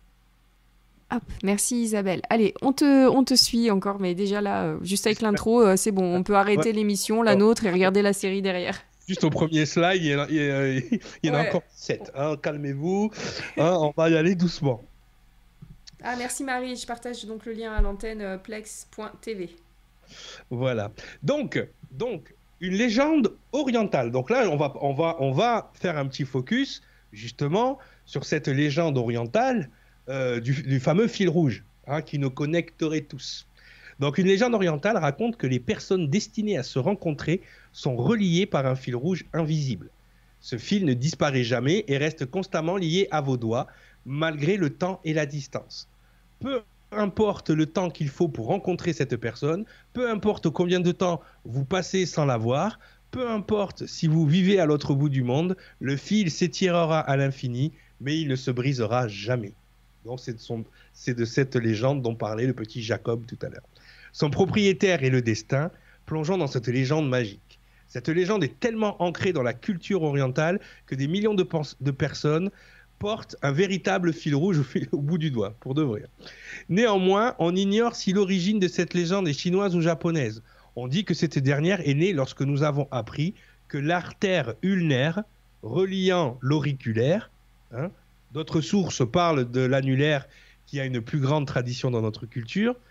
Hop, merci Isabelle. Allez, on te, on te suit encore, mais déjà là, euh, juste avec l'intro, euh, c'est bon, on peut arrêter ouais. l'émission, la nôtre, et regarder la série derrière. Juste au premier slide, il y en a, il y a, il y en a ouais. encore sept. Hein, calmez-vous, hein, on va y aller doucement. Ah, merci Marie, je partage donc le lien à l'antenne euh, plex point t v. Voilà. Donc, donc, une légende orientale. Donc là, on va, on va, on va faire un petit focus, justement, sur cette légende orientale. Euh, du, du fameux fil rouge hein, qui nous connecterait tous. Donc une légende orientale raconte que les personnes destinées à se rencontrer sont reliées par un fil rouge invisible. Ce fil ne disparaît jamais et reste constamment lié à vos doigts malgré le temps et la distance. Peu importe le temps qu'il faut pour rencontrer cette personne, peu importe combien de temps vous passez sans la voir, peu importe si vous vivez à l'autre bout du monde, le fil s'étirera à l'infini mais il ne se brisera jamais. Donc c'est de, son, c'est de cette légende dont parlait le petit Jacob tout à l'heure. Son propriétaire est le destin, plongeant dans cette légende magique. Cette légende est tellement ancrée dans la culture orientale que des millions de, pens- de personnes portent un véritable fil rouge au, fil, au bout du doigt, pour de vrai. Néanmoins, on ignore si l'origine de cette légende est chinoise ou japonaise. On dit que cette dernière est née lorsque nous avons appris que l'artère ulnaire reliant l'auriculaire, hein, d'autres sources parlent de l'annulaire qui a une plus grande tradition dans notre culture,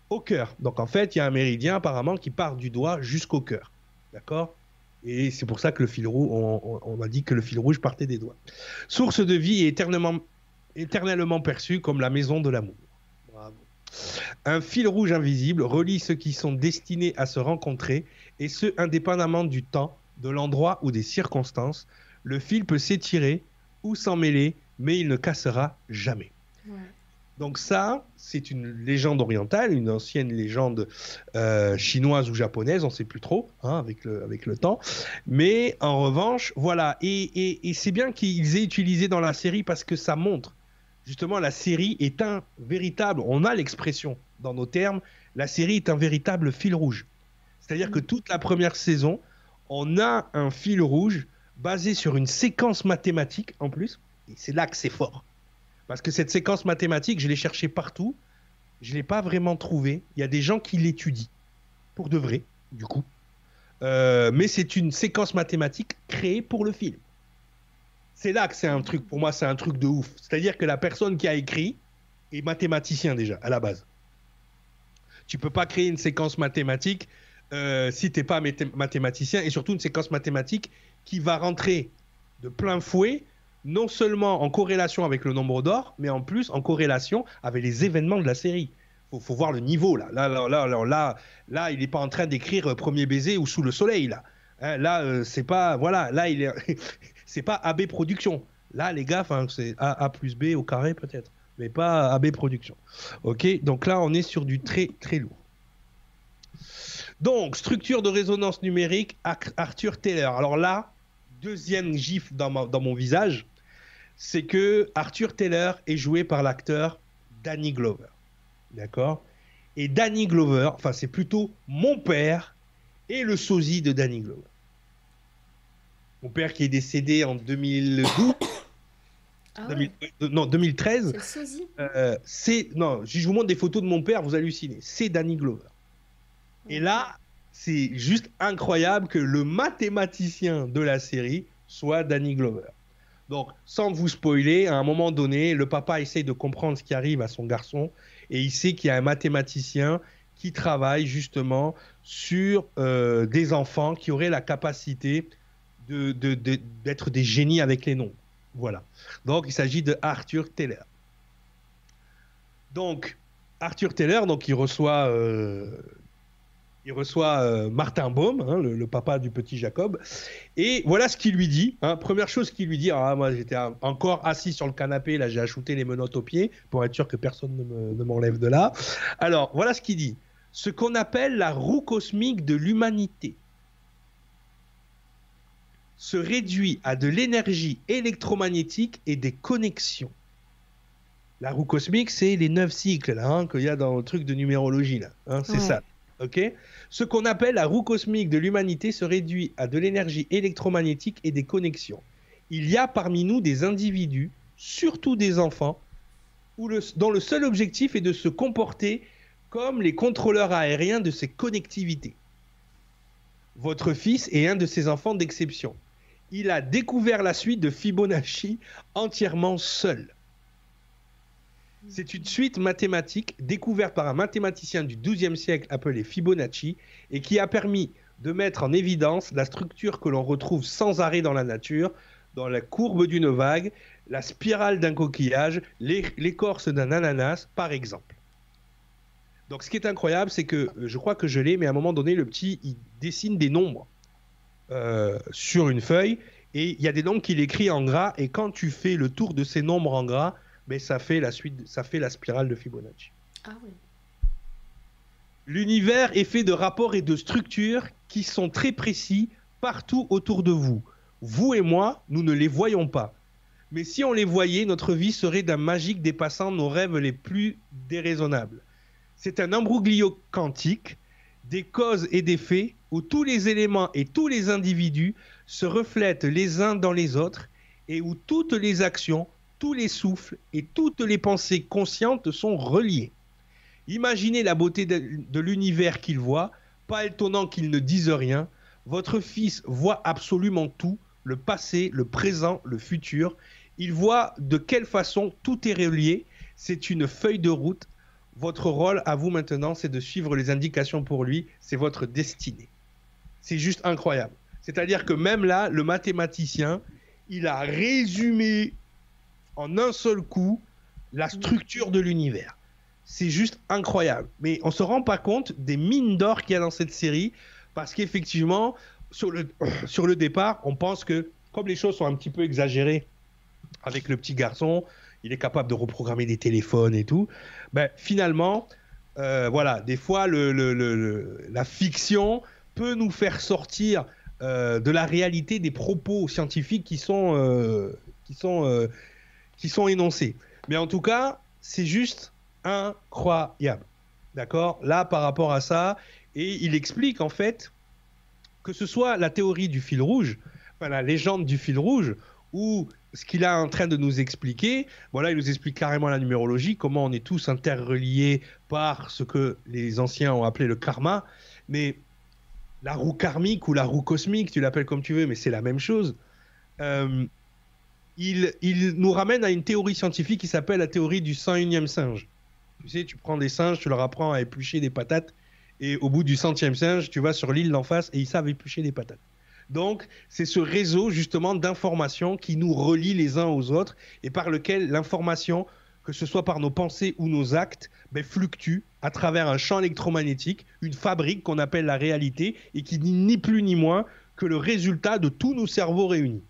au cœur. Donc en fait, il y a un méridien apparemment qui part du doigt jusqu'au cœur. D'accord? Et c'est pour ça que le fil rouge, on, on, on a dit que le fil rouge partait des doigts. Source de vie et éternellement, éternellement perçue comme la maison de l'amour. Bravo. Un fil rouge invisible relie ceux qui sont destinés à se rencontrer, et ce, indépendamment du temps, de l'endroit ou des circonstances. Le fil peut s'étirer ou s'en mêler, mais il ne cassera jamais. Ouais. Donc ça, c'est une légende orientale, une ancienne légende euh, chinoise ou japonaise, on ne sait plus trop, hein, avec, le, avec le temps. Mais en revanche, voilà, et, et, et c'est bien qu'ils aient utilisé dans la série parce que ça montre, justement, la série est un véritable, on a l'expression dans nos termes, la série est un véritable fil rouge. C'est-à-dire que toute la première saison, on a un fil rouge basé sur une séquence mathématique en plus, et c'est là que c'est fort. Parce que cette séquence mathématique, je l'ai cherchée partout, je ne l'ai pas vraiment trouvée. Il y a des gens qui l'étudient, pour de vrai, du coup. Euh, mais c'est une séquence mathématique créée pour le film. C'est là que c'est un truc, pour moi, c'est un truc de ouf. C'est-à-dire que la personne qui a écrit est mathématicien déjà, à la base. Tu ne peux pas créer une séquence mathématique euh, si tu n'es pas mathématicien, et surtout une séquence mathématique qui va rentrer de plein fouet, non seulement en corrélation avec le nombre d'or, mais en plus en corrélation avec les événements de la série. Faut, faut voir le niveau là. Là, là, là, là, là, là il n'est pas en train d'écrire Premier baiser ou Sous le soleil là. Hein, là, euh, c'est pas, voilà, là il est, c'est pas A B Production. Là, les gars, c'est A, A plus B au carré peut-être, mais pas A B Production. Ok, donc là, on est sur du très très lourd. Donc, structure de résonance numérique, Arthur Taylor. Alors là, deuxième gifle dans, ma, dans mon visage, c'est que Arthur Taylor est joué par l'acteur Danny Glover. D'accord? Et Danny Glover, enfin c'est plutôt mon père et le sosie de Danny Glover. Mon père qui est décédé en deux mille douze. Ah ouais. deux mille, non, deux mille treize. C'est le sosie euh, c'est, non, je vous montre des photos de mon père, vous hallucinez. C'est Danny Glover. Ouais. Et là, c'est juste incroyable que le mathématicien de la série soit Danny Glover. Donc, sans vous spoiler, à un moment donné, le papa essaye de comprendre ce qui arrive à son garçon et il sait qu'il y a un mathématicien qui travaille justement sur euh, des enfants qui auraient la capacité de, de, de, d'être des génies avec les nombres. Voilà. Donc, il s'agit de Arthur Taylor. Donc, Arthur Taylor, donc, il reçoit... Euh, Il reçoit euh, Martin Baum, hein, le, le papa du petit Jacob, et voilà ce qu'il lui dit. Hein. Première chose qu'il lui dit, ah, moi j'étais encore assis sur le canapé, là j'ai ajouté les menottes aux pieds pour être sûr que personne ne, me, ne m'enlève de là. Alors voilà ce qu'il dit. Ce qu'on appelle la roue cosmique de l'humanité se réduit à de l'énergie électromagnétique et des connexions. La roue cosmique, c'est les neuf cycles là, hein, qu'il y a dans le truc de numérologie. Là, hein, c'est ouais. ça. Okay. Ce qu'on appelle la roue cosmique de l'humanité se réduit à de l'énergie électromagnétique et des connexions. Il y a parmi nous des individus, surtout des enfants, où le, dont le seul objectif est de se comporter comme les contrôleurs aériens de ces connectivités. Votre fils est un de ces enfants d'exception. Il a découvert la suite de Fibonacci entièrement seul. C'est une suite mathématique découverte par un mathématicien du douzième siècle appelé Fibonacci et qui a permis de mettre en évidence la structure que l'on retrouve sans arrêt dans la nature, dans la courbe d'une vague, la spirale d'un coquillage, l'écorce d'un ananas, par exemple. Donc ce qui est incroyable, c'est que, je crois que je l'ai, mais à un moment donné, le petit, il dessine des nombres euh, sur une feuille et il y a des nombres qu'il écrit en gras et quand tu fais le tour de ces nombres en gras, mais ça fait la suite, ça fait la spirale de Fibonacci. Ah oui. L'univers est fait de rapports et de structures qui sont très précis partout autour de vous. Vous et moi, nous ne les voyons pas. Mais si on les voyait, notre vie serait d'un magique dépassant nos rêves les plus déraisonnables. C'est un imbroglio quantique, des causes et des faits, où tous les éléments et tous les individus se reflètent les uns dans les autres, et où toutes les actions, tous les souffles et toutes les pensées conscientes sont reliés. Imaginez la beauté de, de l'univers qu'il voit, pas étonnant qu'il ne dise rien. Votre fils voit absolument tout, le passé, le présent, le futur. Il voit de quelle façon tout est relié. C'est une feuille de route. votre rôle à vous maintenant, c'est de suivre les indications pour lui. C'est votre destinée. C'est juste incroyable. C'est-à-dire que même là, le mathématicien, il a résumé en un seul coup la structure de l'univers. C'est juste incroyable. Mais on ne se rend pas compte des mines d'or qu'il y a dans cette série, parce qu'effectivement, sur le, sur le départ, on pense que, comme les choses sont un petit peu exagérées avec le petit garçon, il est capable de reprogrammer des téléphones et tout, ben, finalement, euh, voilà, des fois, le, le, le, le, la fiction peut nous faire sortir euh, de la réalité des propos scientifiques qui sont, euh, qui sont, euh, qui sont énoncés. Mais en tout cas, c'est juste incroyable. D'accord ? Là, par rapport à ça, et il explique en fait que ce soit la théorie du fil rouge, enfin, la légende du fil rouge, ou ce qu'il est en train de nous expliquer, voilà, il nous explique carrément la numérologie, comment on est tous interreliés par ce que les anciens ont appelé le karma, mais la roue karmique ou la roue cosmique, tu l'appelles comme tu veux, mais c'est la même chose. Euh, il, il nous ramène à une théorie scientifique qui s'appelle la théorie du cent unième singe. Tu sais, tu prends des singes, tu leur apprends à éplucher des patates, et au bout du centième singe, tu vas sur l'île d'en face et ils savent éplucher des patates. Donc, c'est ce réseau justement d'informations qui nous relie les uns aux autres et par lequel l'information, que ce soit par nos pensées ou nos actes, ben, fluctue à travers un champ électromagnétique, une fabrique qu'on appelle la réalité et qui n'est ni plus ni moins que le résultat de tous nos cerveaux réunis.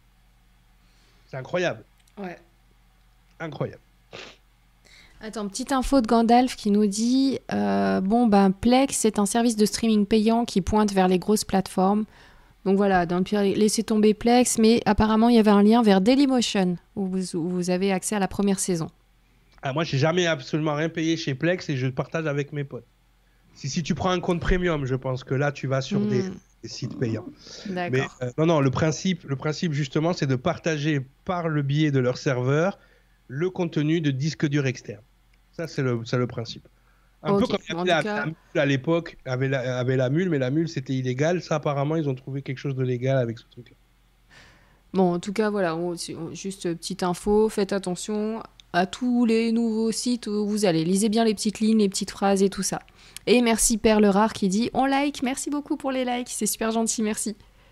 C'est incroyable. Ouais. Incroyable. Attends, petite info de Gandalf qui nous dit euh, bon, ben, Plex, c'est un service de streaming payant qui pointe vers les grosses plateformes. Donc voilà, dans le pire, laissez tomber Plex, mais apparemment, il y avait un lien vers Dailymotion où vous, où vous avez accès à la première saison. Ah, moi, j'ai jamais absolument rien payé chez Plex et je partage avec mes potes. Si, si tu prends un compte premium, je pense que là, tu vas sur mmh. des, des sites payants. D'accord. Mais euh, non, non, le principe, le principe justement, c'est de partager par le biais de leur serveur le contenu de disques durs externes. Ça, c'est le, c'est le principe. Un okay. peu comme il y avait la, cas... la mule à l'époque, avait la, avait la mule, mais la mule, c'était illégal. Ça, apparemment, ils ont trouvé quelque chose de légal avec ce truc-là. Bon, en tout cas, voilà, on, on, juste petite info, faites attention à tous les nouveaux sites où vous allez. Lisez bien les petites lignes, les petites phrases et tout ça. Et merci Perle Rare qui dit « On like, merci beaucoup pour les likes, c'est super gentil, merci. »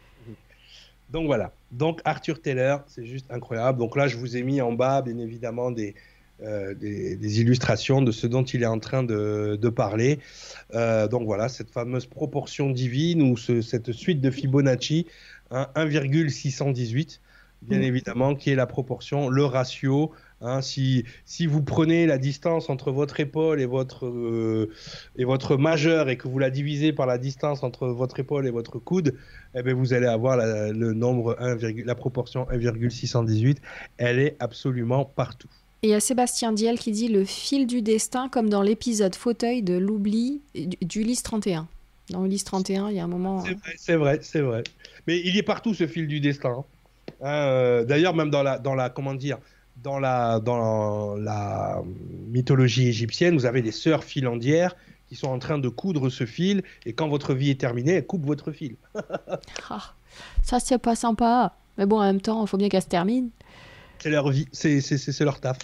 Donc voilà, donc Arthur Taylor, c'est juste incroyable. Donc là, je vous ai mis en bas, bien évidemment, des... Euh, des, des illustrations de ce dont il est en train de, de parler. Euh, donc voilà, cette fameuse proportion divine ou ce, cette suite de Fibonacci, hein, un virgule six cent dix-huit, bien mmh. évidemment, qui est la proportion, le ratio. Hein, si, si vous prenez la distance entre votre épaule et votre, euh, et votre majeur et que vous la divisez par la distance entre votre épaule et votre coude, eh bien, vous allez avoir la, le nombre un, la proportion un virgule six cent dix-huit. Elle est absolument partout. Et il y a Sébastien Diel qui dit « Le fil du destin » comme dans l'épisode fauteuil de l'oubli d'Ulysse trente et un. Dans Ulysse trente et un, il y a un moment... C'est vrai, c'est vrai, c'est vrai. Mais il y est partout, ce fil du destin. Hein, euh, d'ailleurs, même dans la, dans la, comment dire, dans la, dans la mythologie égyptienne, vous avez des sœurs filandières qui sont en train de coudre ce fil, et quand votre vie est terminée, elles coupent votre fil. Ah, ça, c'est pas sympa. Mais bon, en même temps, il faut bien qu'elle se termine. C'est leur vie, c'est, c'est, c'est leur taf.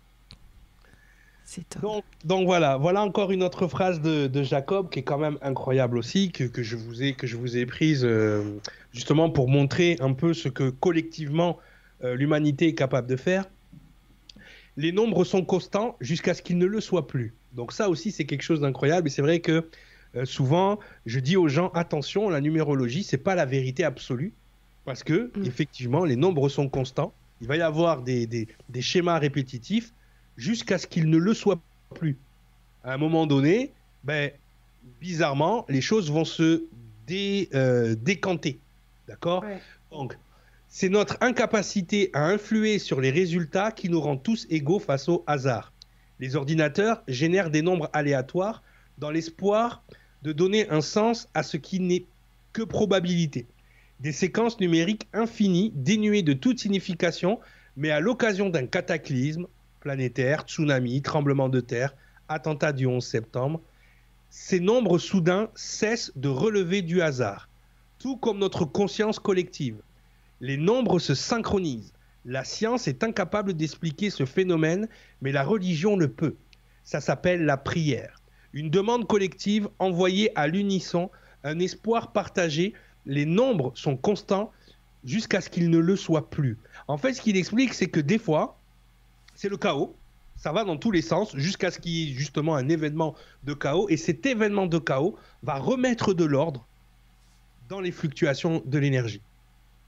C'est top. Donc, donc voilà, voilà encore une autre phrase de, de Jacob qui est quand même incroyable aussi, que, que, je, vous ai, que je vous ai prise euh, justement pour montrer un peu ce que collectivement euh, l'humanité est capable de faire. Les nombres sont constants jusqu'à ce qu'ils ne le soient plus. Donc ça aussi, c'est quelque chose d'incroyable. Et c'est vrai que euh, souvent, je dis aux gens, attention, la numérologie, c'est pas la vérité absolue. Parce que, mmh. effectivement, les nombres sont constants. Il va y avoir des, des, des schémas répétitifs jusqu'à ce qu'ils ne le soient plus. À un moment donné, ben, bizarrement, les choses vont se dé, euh, décanter. D'accord ? Ouais. Donc, c'est notre incapacité à influer sur les résultats qui nous rend tous égaux face au hasard. Les ordinateurs génèrent des nombres aléatoires dans l'espoir de donner un sens à ce qui n'est que probabilité. Des séquences numériques infinies, dénuées de toute signification, mais à l'occasion d'un cataclysme planétaire, tsunami, tremblement de terre, attentat du onze septembre, ces nombres soudains cessent de relever du hasard, tout comme notre conscience collective. Les nombres se synchronisent. La science est incapable d'expliquer ce phénomène, mais la religion le peut. Ça s'appelle la prière. Une demande collective envoyée à l'unisson, un espoir partagé. Les nombres sont constants jusqu'à ce qu'ils ne le soient plus. En fait, ce qu'il explique, c'est que des fois, c'est le chaos. Ça va dans tous les sens jusqu'à ce qu'il y ait justement un événement de chaos. Et cet événement de chaos va remettre de l'ordre dans les fluctuations de l'énergie. D'accord ?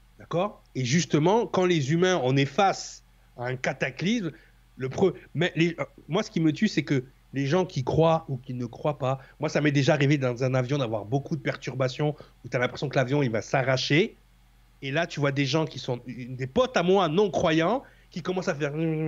Et justement, quand les humains, on est face à un cataclysme, le pre... Mais les... moi, ce qui me tue, c'est que les gens qui croient ou qui ne croient pas, moi, ça m'est déjà arrivé dans un avion d'avoir beaucoup de perturbations où tu as l'impression que l'avion, il va s'arracher. Et là, tu vois des gens qui sont des potes à moi non-croyants qui commencent à faire...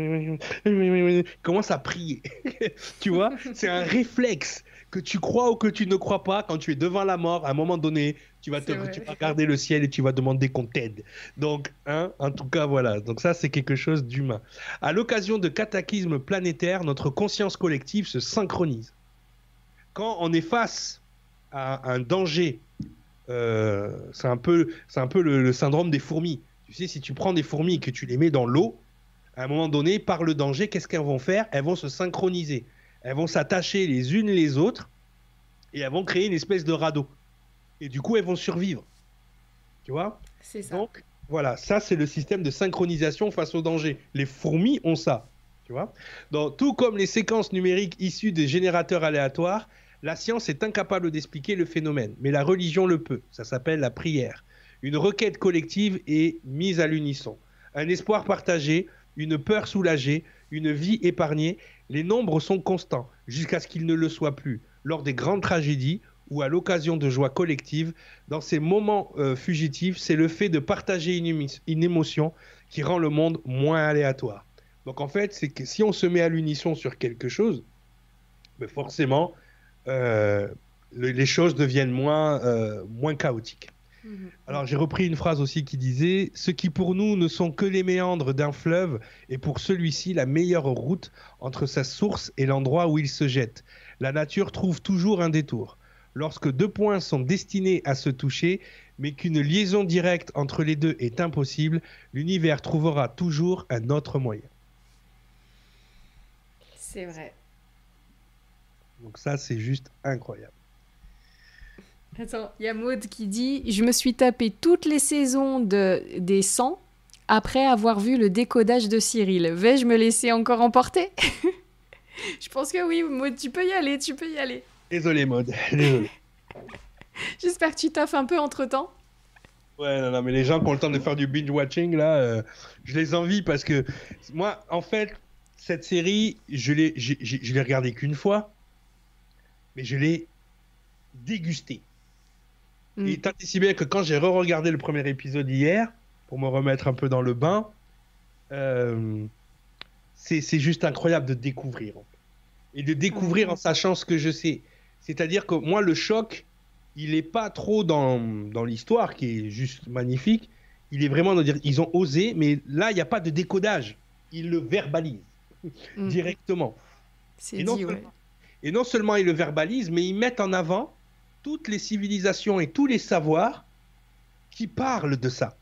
commencent à prier. Tu vois ? C'est un réflexe. Que tu crois ou que tu ne crois pas, quand tu es devant la mort, à un moment donné, tu vas, te, tu vas regarder le ciel et tu vas demander qu'on t'aide. Donc, hein, en tout cas, voilà. Donc ça, c'est quelque chose d'humain. À l'occasion de cataclysmes planétaires, notre conscience collective se synchronise. Quand on est face à un danger, euh, c'est un peu, c'est un peu le, le syndrome des fourmis. Tu sais, si tu prends des fourmis et que tu les mets dans l'eau, à un moment donné, par le danger, qu'est-ce qu'elles vont faire ? Elles vont se synchroniser. Elles vont s'attacher les unes les autres et elles vont créer une espèce de radeau. Et du coup, elles vont survivre. Tu vois ? C'est ça. Donc, voilà, ça, c'est le système de synchronisation face au danger. Les fourmis ont ça. Tu vois ? Donc, tout comme les séquences numériques issues des générateurs aléatoires, la science est incapable d'expliquer le phénomène. Mais la religion le peut. Ça s'appelle la prière. Une requête collective est mise à l'unisson. Un espoir partagé, une peur soulagée, une vie épargnée. Les nombres sont constants jusqu'à ce qu'ils ne le soient plus. Lors des grandes tragédies ou à l'occasion de joie collective, dans ces moments euh, fugitifs, c'est le fait de partager une, une émotion qui rend le monde moins aléatoire. Donc en fait, c'est que si on se met à l'unisson sur quelque chose, ben forcément, euh, le, les choses deviennent moins, euh, moins chaotiques. Alors j'ai repris une phrase aussi qui disait « Ce qui pour nous ne sont que les méandres d'un fleuve est pour celui-ci la meilleure route entre sa source et l'endroit où il se jette. La nature trouve toujours un détour. Lorsque deux points sont destinés à se toucher, mais qu'une liaison directe entre les deux est impossible, l'univers trouvera toujours un autre moyen. » C'est vrai. Donc ça, c'est juste incroyable. Attends, il y a Maud qui dit « Je me suis tapé toutes les saisons de, des cent après avoir vu le décodage de Cyril. Vais-je me laisser encore emporter ?» Je pense que oui, Maud, tu peux y aller, tu peux y aller. Désolé, Maud, désolé. J'espère que tu taffes un peu entre-temps. Ouais, non, non, mais les gens qui ont le temps de faire du binge-watching, là, euh, je les envie parce que moi, en fait, cette série, je l'ai, j'ai, j'ai, je l'ai regardée qu'une fois, mais je l'ai dégustée. Mm. Et tant et si bien que quand j'ai re-regardé le premier épisode hier, pour me remettre un peu dans le bain, euh, c'est, c'est juste incroyable de découvrir. En fait. Et de découvrir mm. en sachant ce que je sais. C'est-à-dire que moi, le choc, il n'est pas trop dans, dans l'histoire, qui est juste magnifique. Il est vraiment de dire, ils ont osé, mais là, il n'y a pas de décodage. Ils le verbalisent mm. directement. C'est et, dit, non ouais. seulement, et non seulement ils le verbalisent, mais ils mettent en avant toutes les civilisations et tous les savoirs qui parlent de ça.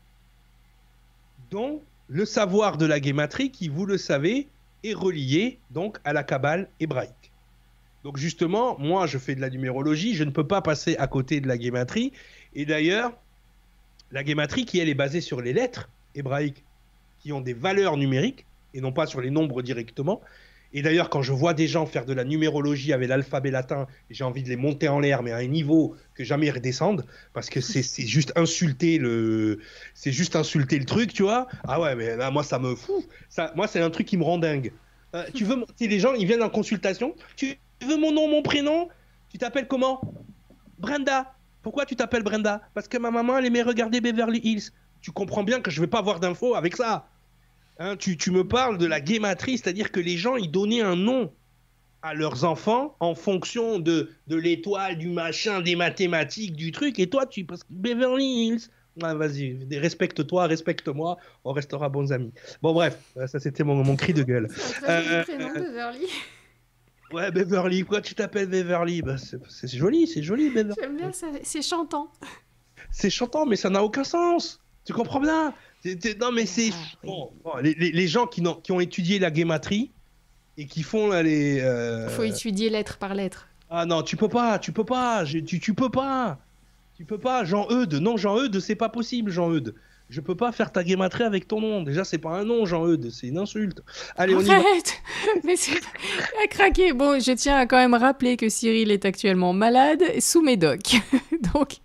Donc, le savoir de la guématrie, qui, vous le savez, est relié donc à la Kabbale hébraïque. Donc justement, moi, je fais de la numérologie, je ne peux pas passer à côté de la guématrie. Et d'ailleurs, la guématrie, qui elle est basée sur les lettres hébraïques, qui ont des valeurs numériques, et non pas sur les nombres directement. Et d'ailleurs, quand je vois des gens faire de la numérologie avec l'alphabet latin, j'ai envie de les monter en l'air, mais à un niveau que jamais ils redescendent, parce que c'est, c'est juste insulter le, c'est juste insulter le truc, tu vois. Ah ouais, mais là, moi, ça me fout. Ça, moi, c'est un truc qui me rend dingue. Euh, tu veux, tu sais, les gens, ils viennent en consultation. Tu veux mon nom, mon prénom? Tu t'appelles comment? Brenda. Pourquoi tu t'appelles Brenda? Parce que ma maman, elle aimait regarder Beverly Hills. Tu comprends bien que je vais pas avoir d'infos avec ça. Hein, tu, tu me parles de la guématrie, c'est-à-dire que les gens, ils donnaient un nom à leurs enfants en fonction de, de l'étoile, du machin, des mathématiques, du truc. Et toi, tu... Parce que Beverly Hills... Ah, vas-y, respecte-toi, respecte-moi, on restera bons amis. Bon, bref, ça, c'était mon, mon cri de gueule. C'est un très joli prénom, Beverly. Ouais, Beverly. Pourquoi tu t'appelles Beverly? Bah, c'est, c'est joli, c'est joli, Beverly. J'aime bien ça, c'est chantant. C'est chantant, mais ça n'a aucun sens. Tu comprends bien? C'est, c'est, non, mais c'est... Bon, bon, les, les, les gens qui, qui ont étudié la guématrie, et qui font là les. Euh... Faut étudier lettre par lettre. Ah non, tu peux pas, tu peux pas, je- tu, tu peux pas, tu peux pas. Jean-Eudes, non, Jean-Eudes, c'est pas possible, Jean-Eudes. Je peux pas faire ta guématrie avec ton nom. Déjà, c'est pas un nom, Jean-Eudes, c'est une insulte. Allez, on y va. Arrête. Mais c'est à craquer. Bon, je tiens à quand même rappeler que Cyril est actuellement malade, sous médoc. Donc,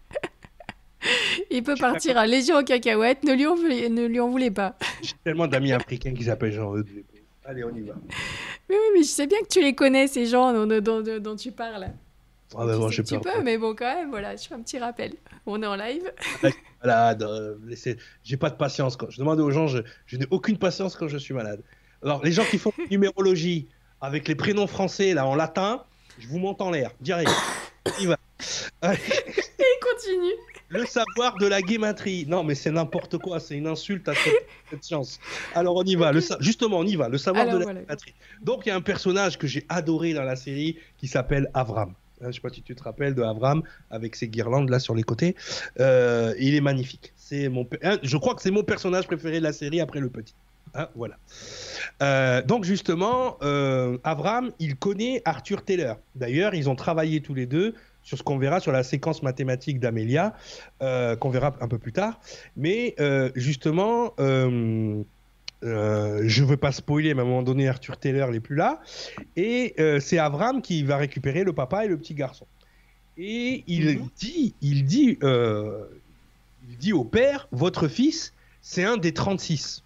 il peut partir à Légion aux cacahuètes. Ne lui en voulez, ne lui en voulez pas. J'ai tellement d'amis africains qui s'appellent Jean-Eudes. Allez, on y va. Mais oui, mais je sais bien que tu les connais, ces gens dont, dont, dont, dont tu parles. Ah bah tu bon, sais je que tu peux. peux, mais bon, quand même, voilà, je fais un petit rappel. On est en live. Malade, euh, laissez- j'ai pas de patience. Quand je demande aux gens, je, je n'ai aucune patience quand je suis malade. Alors, les gens qui font numérologie avec les prénoms français là en latin, je vous monte en l'air, direct. Il va. Allez. Et il continue. Le savoir de la guématrie. Non, mais c'est n'importe quoi, c'est une insulte à cette, cette science. Alors, on y va. Le sa- Justement, on y va. Le savoir Alors, de la voilà. guématrie. Donc, il y a un personnage que j'ai adoré dans la série qui s'appelle Avram. Hein, je ne sais pas si tu te rappelles de Avram avec ses guirlandes là sur les côtés. Euh, il est magnifique. C'est mon, pe- hein, je crois que c'est mon personnage préféré de la série après le petit. Hein, voilà. Euh, donc justement, euh, Avram, il connaît Arthur Taylor. D'ailleurs, ils ont travaillé tous les deux sur ce qu'on verra sur la séquence mathématique d'Amelia, euh, qu'on verra un peu plus tard. Mais euh, justement, euh, euh, je ne veux pas spoiler, mais à un moment donné, Arthur Taylor n'est plus là. Et euh, c'est Avram qui va récupérer le papa et le petit garçon. Et il Mhm. dit, il dit, euh, il dit au père, votre fils, c'est un des trente-six.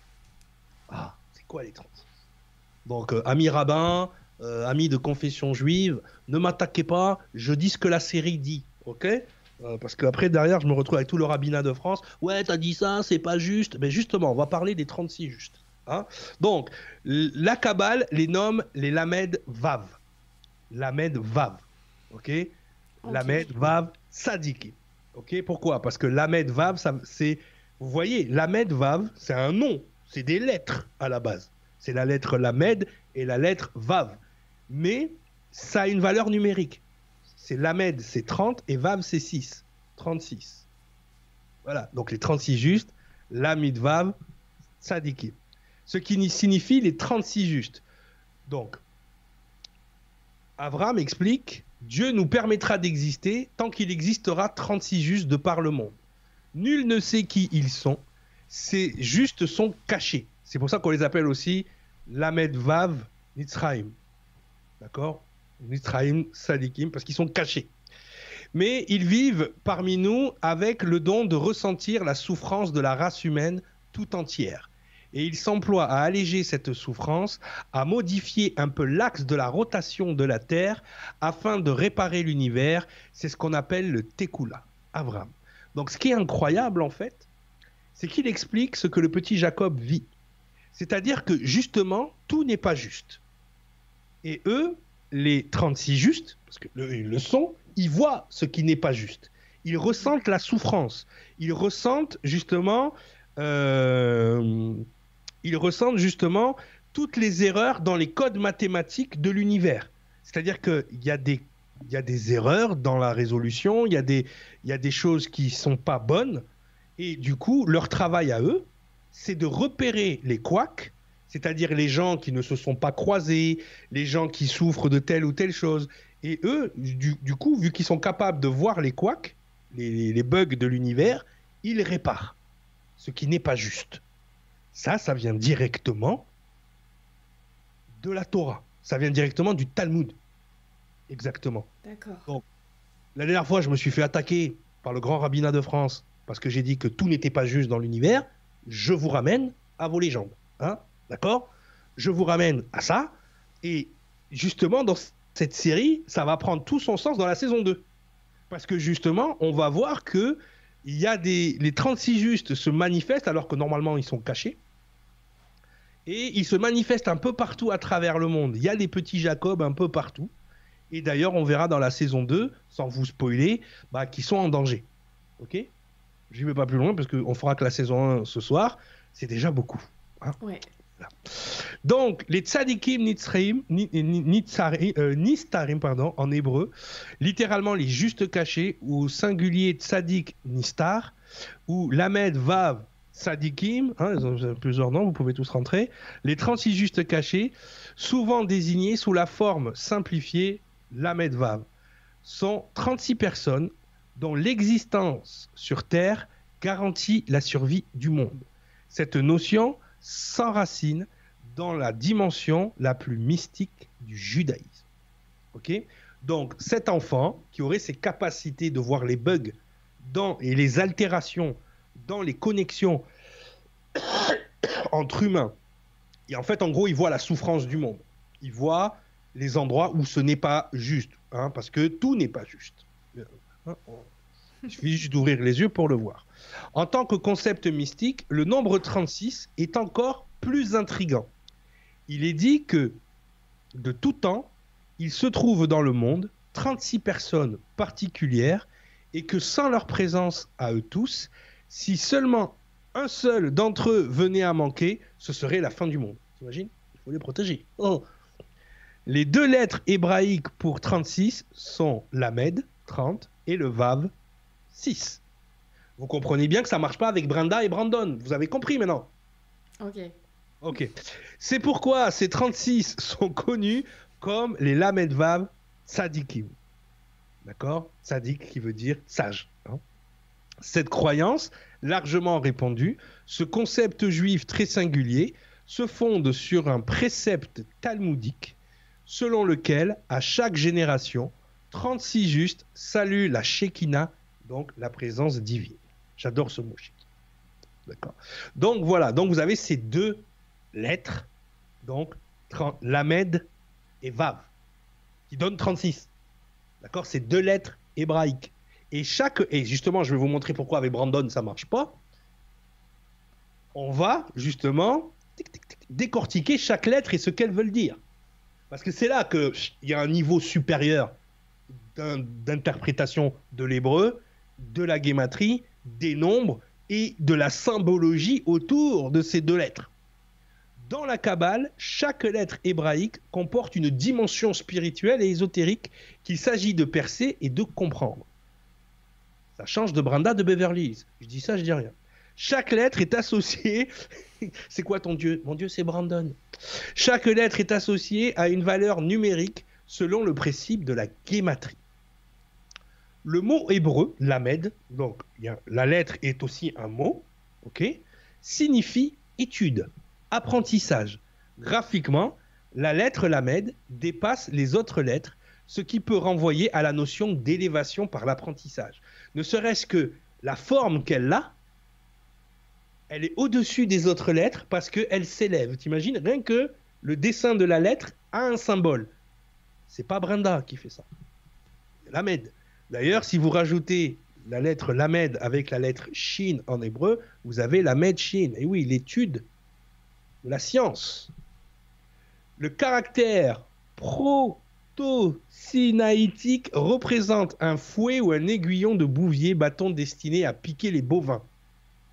Ah, c'est quoi les trente-six? Donc, euh, ami rabbin, euh, ami de confession juive, ne m'attaquez pas, je dis ce que la série dit, ok? Euh, parce qu'après, derrière, je me retrouve avec tout le rabbinat de France. Ouais, t'as dit ça, c'est pas juste. Mais justement, on va parler des trente-six justes. Hein. Donc, l- la Kabbale les nomme les Lamed Vav. Lamed Vav. Ok? Ok. Lamed Vav Sadikim. Ok? Pourquoi? Parce que Lamed Vav, ça, c'est. Vous voyez, Lamed Vav, c'est un nom. C'est des lettres à la base. C'est la lettre Lamed et la lettre Vav. Mais ça a une valeur numérique. C'est Lamed, c'est trente et Vav, c'est six. trente-six. Voilà. Donc les trente-six justes, Lamid Vav Sadikim. Ce qui signifie les trente-six justes. Donc, Avram explique, Dieu nous permettra d'exister tant qu'il existera trente-six justes de par le monde. Nul ne sait qui ils sont. Ces justes sont cachés. C'est pour ça qu'on les appelle aussi Lamed Vav Nitzraim. D'accord? Nitzraim Sadikim, parce qu'ils sont cachés. Mais ils vivent parmi nous avec le don de ressentir la souffrance de la race humaine tout entière. Et ils s'emploient à alléger cette souffrance, à modifier un peu l'axe de la rotation de la Terre afin de réparer l'univers. C'est ce qu'on appelle le Tekula, Avram. Donc ce qui est incroyable en fait, c'est qu'il explique ce que le petit Jacob vit. C'est-à-dire que justement, tout n'est pas juste. Et eux, les trente-six justes, parce qu'ils le sont, ils voient ce qui n'est pas juste. Ils ressentent la souffrance. Ils ressentent justement, euh, ils ressentent justement toutes les erreurs dans les codes mathématiques de l'univers. C'est-à-dire qu'il y a des, il y a des erreurs dans la résolution, il y a des, il y a des choses qui ne sont pas bonnes. Et du coup, leur travail à eux, c'est de repérer les couacs, c'est-à-dire les gens qui ne se sont pas croisés, les gens qui souffrent de telle ou telle chose. Et eux, du, du coup, vu qu'ils sont capables de voir les couacs, les, les bugs de l'univers, ils réparent, ce qui n'est pas juste. Ça, ça vient directement de la Torah. Ça vient directement du Talmud. Exactement. D'accord. Donc, la dernière fois, je me suis fait attaquer par le grand rabbinat de France parce que j'ai dit que tout n'était pas juste dans l'univers. Je vous ramène à vos légendes. Hein, d'accord? Je vous ramène à ça. Et justement, dans cette série, ça va prendre tout son sens dans la saison deux. Parce que justement, on va voir que il y a des, les trente-six justes se manifestent alors que normalement, ils sont cachés. Et ils se manifestent un peu partout à travers le monde. Il y a des petits Jacob un peu partout. Et d'ailleurs, on verra dans la saison deux, sans vous spoiler, bah, qu'ils sont en danger. Ok? Je n'y vais pas plus loin parce qu'on fera que la saison un ce soir. C'est déjà beaucoup. Hein, ouais. voilà. Donc, les tzadikim nitzraim, ni, ni, nitzarim, euh, nistarim pardon, en hébreu, littéralement les justes cachés, ou singulier tzadik nistar, ou lamed vav Sadikim, hein, ils ont plusieurs noms, vous pouvez tous rentrer. Les trente-six justes cachés, souvent désignés sous la forme simplifiée Lamed Vav, sont trente-six personnes dont l'existence sur Terre garantit la survie du monde. Cette notion s'enracine dans la dimension la plus mystique du judaïsme. Okay ? Donc, cet enfant qui aurait ces capacités de voir les bugs dans, et les altérations dans les connexions entre humains, et en fait, en gros, il voit la souffrance du monde. Il voit les endroits où ce n'est pas juste, hein, parce que tout n'est pas juste. Hein, il suffit juste d'ouvrir les yeux pour le voir. En tant que concept mystique, le nombre trente-six est encore plus intriguant. Il est dit que, de tout temps, il se trouve dans le monde trente-six personnes particulières et que sans leur présence à eux tous, si seulement un seul d'entre eux venait à manquer, ce serait la fin du monde. T'imagines ? Il faut les protéger. Oh. Les deux lettres hébraïques pour trente-six sont l'Amed, trente, et le Vav, six. Vous comprenez bien que ça ne marche pas avec Brenda et Brandon. Vous avez compris maintenant ? Ok. Ok. C'est pourquoi ces trente-six sont connus comme les Lamed Vav Tzadikim. D'accord ? Tzadik qui veut dire sage. Hein ? Cette croyance, largement répandue, ce concept juif très singulier, se fonde sur un précepte talmudique selon lequel, à chaque génération, trente-six justes saluent la Shekinah, donc la présence divine. J'adore ce mot. D'accord. Donc voilà, donc vous avez ces deux lettres, donc Lamed et Vav, qui donnent trente-six. D'accord, c'est deux lettres hébraïques. Et chaque, et justement, je vais vous montrer pourquoi avec Brandon ça marche pas. On va justement tic, tic, tic, décortiquer chaque lettre et ce qu'elles veulent dire. Parce que c'est là qu'il y a un niveau supérieur d'interprétation de l'hébreu, de la guématrie, des nombres et de la symbologie autour de ces deux lettres. Dans la Kabbale, chaque lettre hébraïque comporte une dimension spirituelle et ésotérique qu'il s'agit de percer et de comprendre. Ça change de Brenda de Beverly Hills. Je dis ça, je dis rien. Chaque lettre est associée... C'est quoi ton Dieu ? Mon Dieu, c'est Brandon. Chaque lettre est associée à une valeur numérique selon le principe de la guématrie. Le mot hébreu, lamed, donc la lettre est aussi un mot, ok, signifie étude, apprentissage. Graphiquement, la lettre lamed dépasse les autres lettres, ce qui peut renvoyer à la notion d'élévation par l'apprentissage. Ne serait-ce que la forme qu'elle a, elle est au-dessus des autres lettres parce qu'elle s'élève. T'imagines, rien que le dessin de la lettre a un symbole. C'est pas Brenda qui fait ça. C'est Lamed. D'ailleurs, si vous rajoutez la lettre Lamed avec la lettre Shin en hébreu, vous avez Lamed Shin. Et oui, l'étude de la science. Le caractère proto-sinaïtique représente un fouet ou un aiguillon de bouvier, bâton destiné à piquer les bovins. D'accord ?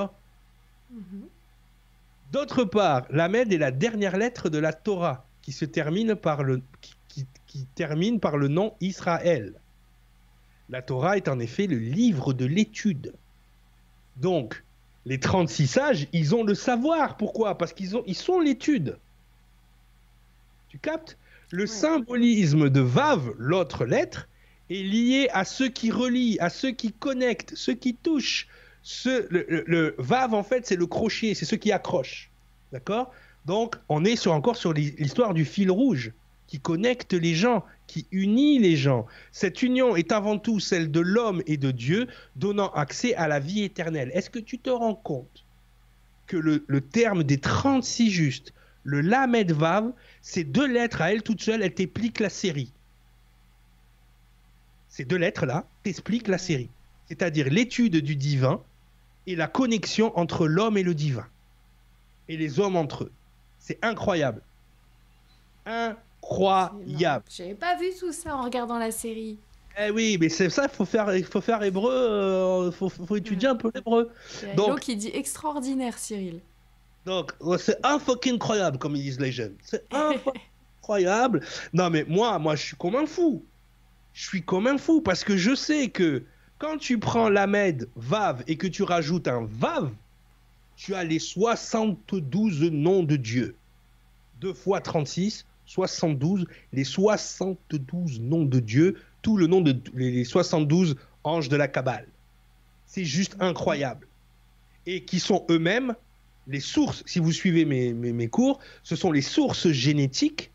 Mm-hmm. D'autre part, Lamed est la dernière lettre de la Torah qui se termine par le, qui, qui, qui termine par le nom Israël. La Torah est en effet le livre de l'étude. Donc, les trente-six sages, ils ont le savoir. Pourquoi ? Parce qu'ils ont, ils sont l'étude. Tu captes ? Le ouais. Symbolisme de Vav, l'autre lettre, est lié à ceux qui relient, à ceux qui connectent, ceux qui touchent. Ce, le, le, le Vav, en fait, c'est le crochet, c'est ceux qui accrochent. D'accord ? Donc, on est sur, encore sur l'histoire du fil rouge qui connecte les gens, qui unit les gens. Cette union est avant tout celle de l'homme et de Dieu, donnant accès à la vie éternelle. Est-ce que tu te rends compte que le, le terme des trente-six justes, le Lamed Vav, ces deux lettres à elles toutes seules, elles t'expliquent la série. Ces deux lettres-là t'expliquent la série. C'est-à-dire l'étude du divin et la connexion entre l'homme et le divin. Et les hommes entre eux. C'est incroyable. Incroyable. Je n'avais pas vu tout ça en regardant la série. Eh oui, mais c'est ça, il faut faire, il faut faire hébreu, il euh, faut, faut étudier ouais. un peu l'hébreu. Il y a donc qui dit extraordinaire, Cyril. Donc, c'est un fucking incroyable, comme ils disent les jeunes. C'est incroyable. Non, mais moi, moi, je suis comme un fou. Je suis comme un fou parce que je sais que quand tu prends Lamed, Vav, et que tu rajoutes un Vav, tu as les soixante-douze noms de Dieu. deux fois trente-six, soixante-douze, les soixante-douze noms de Dieu, tout le nom de les soixante-douze anges de la Kabbale. C'est juste incroyable. Et qui sont eux-mêmes les sources, si vous suivez mes, mes, mes cours, ce sont les sources génétiques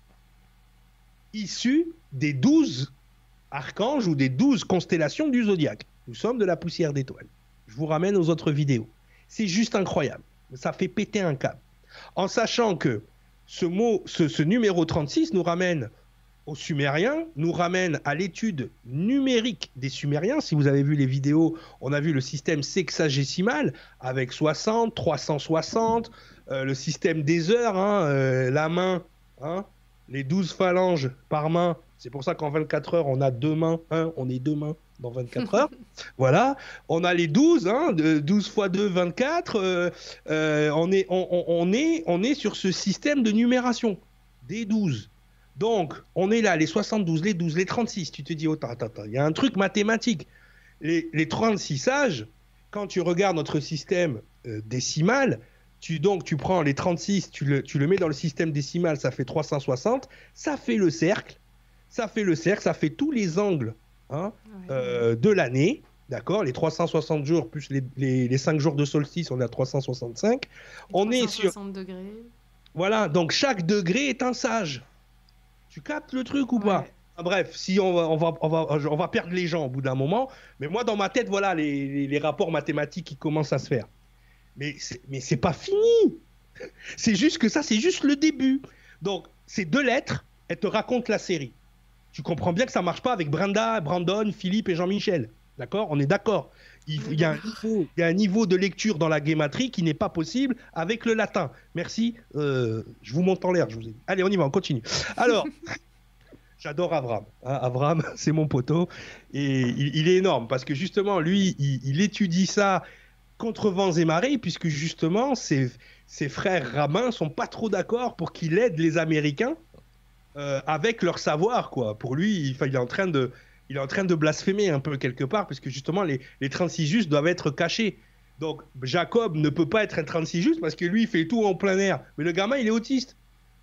issues des douze archanges ou des douze constellations du zodiaque. Nous sommes de la poussière d'étoiles. Je vous ramène aux autres vidéos. C'est juste incroyable. Ça fait péter un câble. En sachant que ce mot, ce, ce numéro trente-six nous ramène aux Sumériens, nous ramène à l'étude numérique des Sumériens. Si vous avez vu les vidéos, on a vu le système sexagésimal avec soixante, trois cent soixante, euh, le système des heures, hein, euh, la main, hein, les douze phalanges par main. C'est pour ça qu'en vingt-quatre heures, on a deux mains. Hein, on est deux mains dans vingt-quatre heures. Voilà. On a les douze, hein, de douze fois deux, vingt-quatre. Euh, euh, on, est, on, on, on, est, on est sur ce système de numération des douze. Donc, on est là, les soixante-douze, les douze, les trente-six. Tu te dis, oh, attends, attends, il y a un truc mathématique. Les, les trente-six sages, quand tu regardes notre système euh, décimal, tu, donc tu prends les trente-six, tu le, tu le mets dans le système décimal, ça fait trois cent soixante, ça fait le cercle, ça fait le cercle, ça fait tous les angles hein, ouais. euh, de l'année, d'accord, les trois cent soixante jours plus les, les, les cinq jours de solstice, on est à trois cent soixante-cinq. On est sur... trois cent soixante degrés. Voilà, donc chaque degré est un sage. Tu captes le truc ou ouais. pas? Bref, si on va, on, va, on, va, on va perdre les gens au bout d'un moment, mais moi dans ma tête, voilà les, les, les rapports mathématiques qui commencent à se faire. Mais c'est, mais c'est pas fini. C'est juste que ça, c'est juste le début. Donc, ces deux lettres, elles te racontent la série. Tu comprends bien que ça marche pas avec Brenda, Brandon, Philippe et Jean-Michel. D'accord? On est d'accord. Il, il, y a un niveau, il y a un niveau de lecture dans la guématrie qui n'est pas possible avec le latin. Merci. Euh, je vous monte en l'air. Je vous ai... Allez, on y va, on continue. Alors, j'adore Avram. Hein, Avram, c'est mon poteau. Et il, il est énorme parce que justement, lui, il, il étudie ça contre vents et marées, puisque justement, ses, ses frères rabbins sont pas trop d'accord pour qu'il aide les Américains euh, avec leur savoir, quoi. Pour lui, il, il est en train de... Il est en train de blasphémer un peu quelque part, parce que justement, les, les trente-six justes doivent être cachés. Donc, Jacob ne peut pas être un trente-six juste, parce que lui, il fait tout en plein air. Mais le gamin, il est autiste.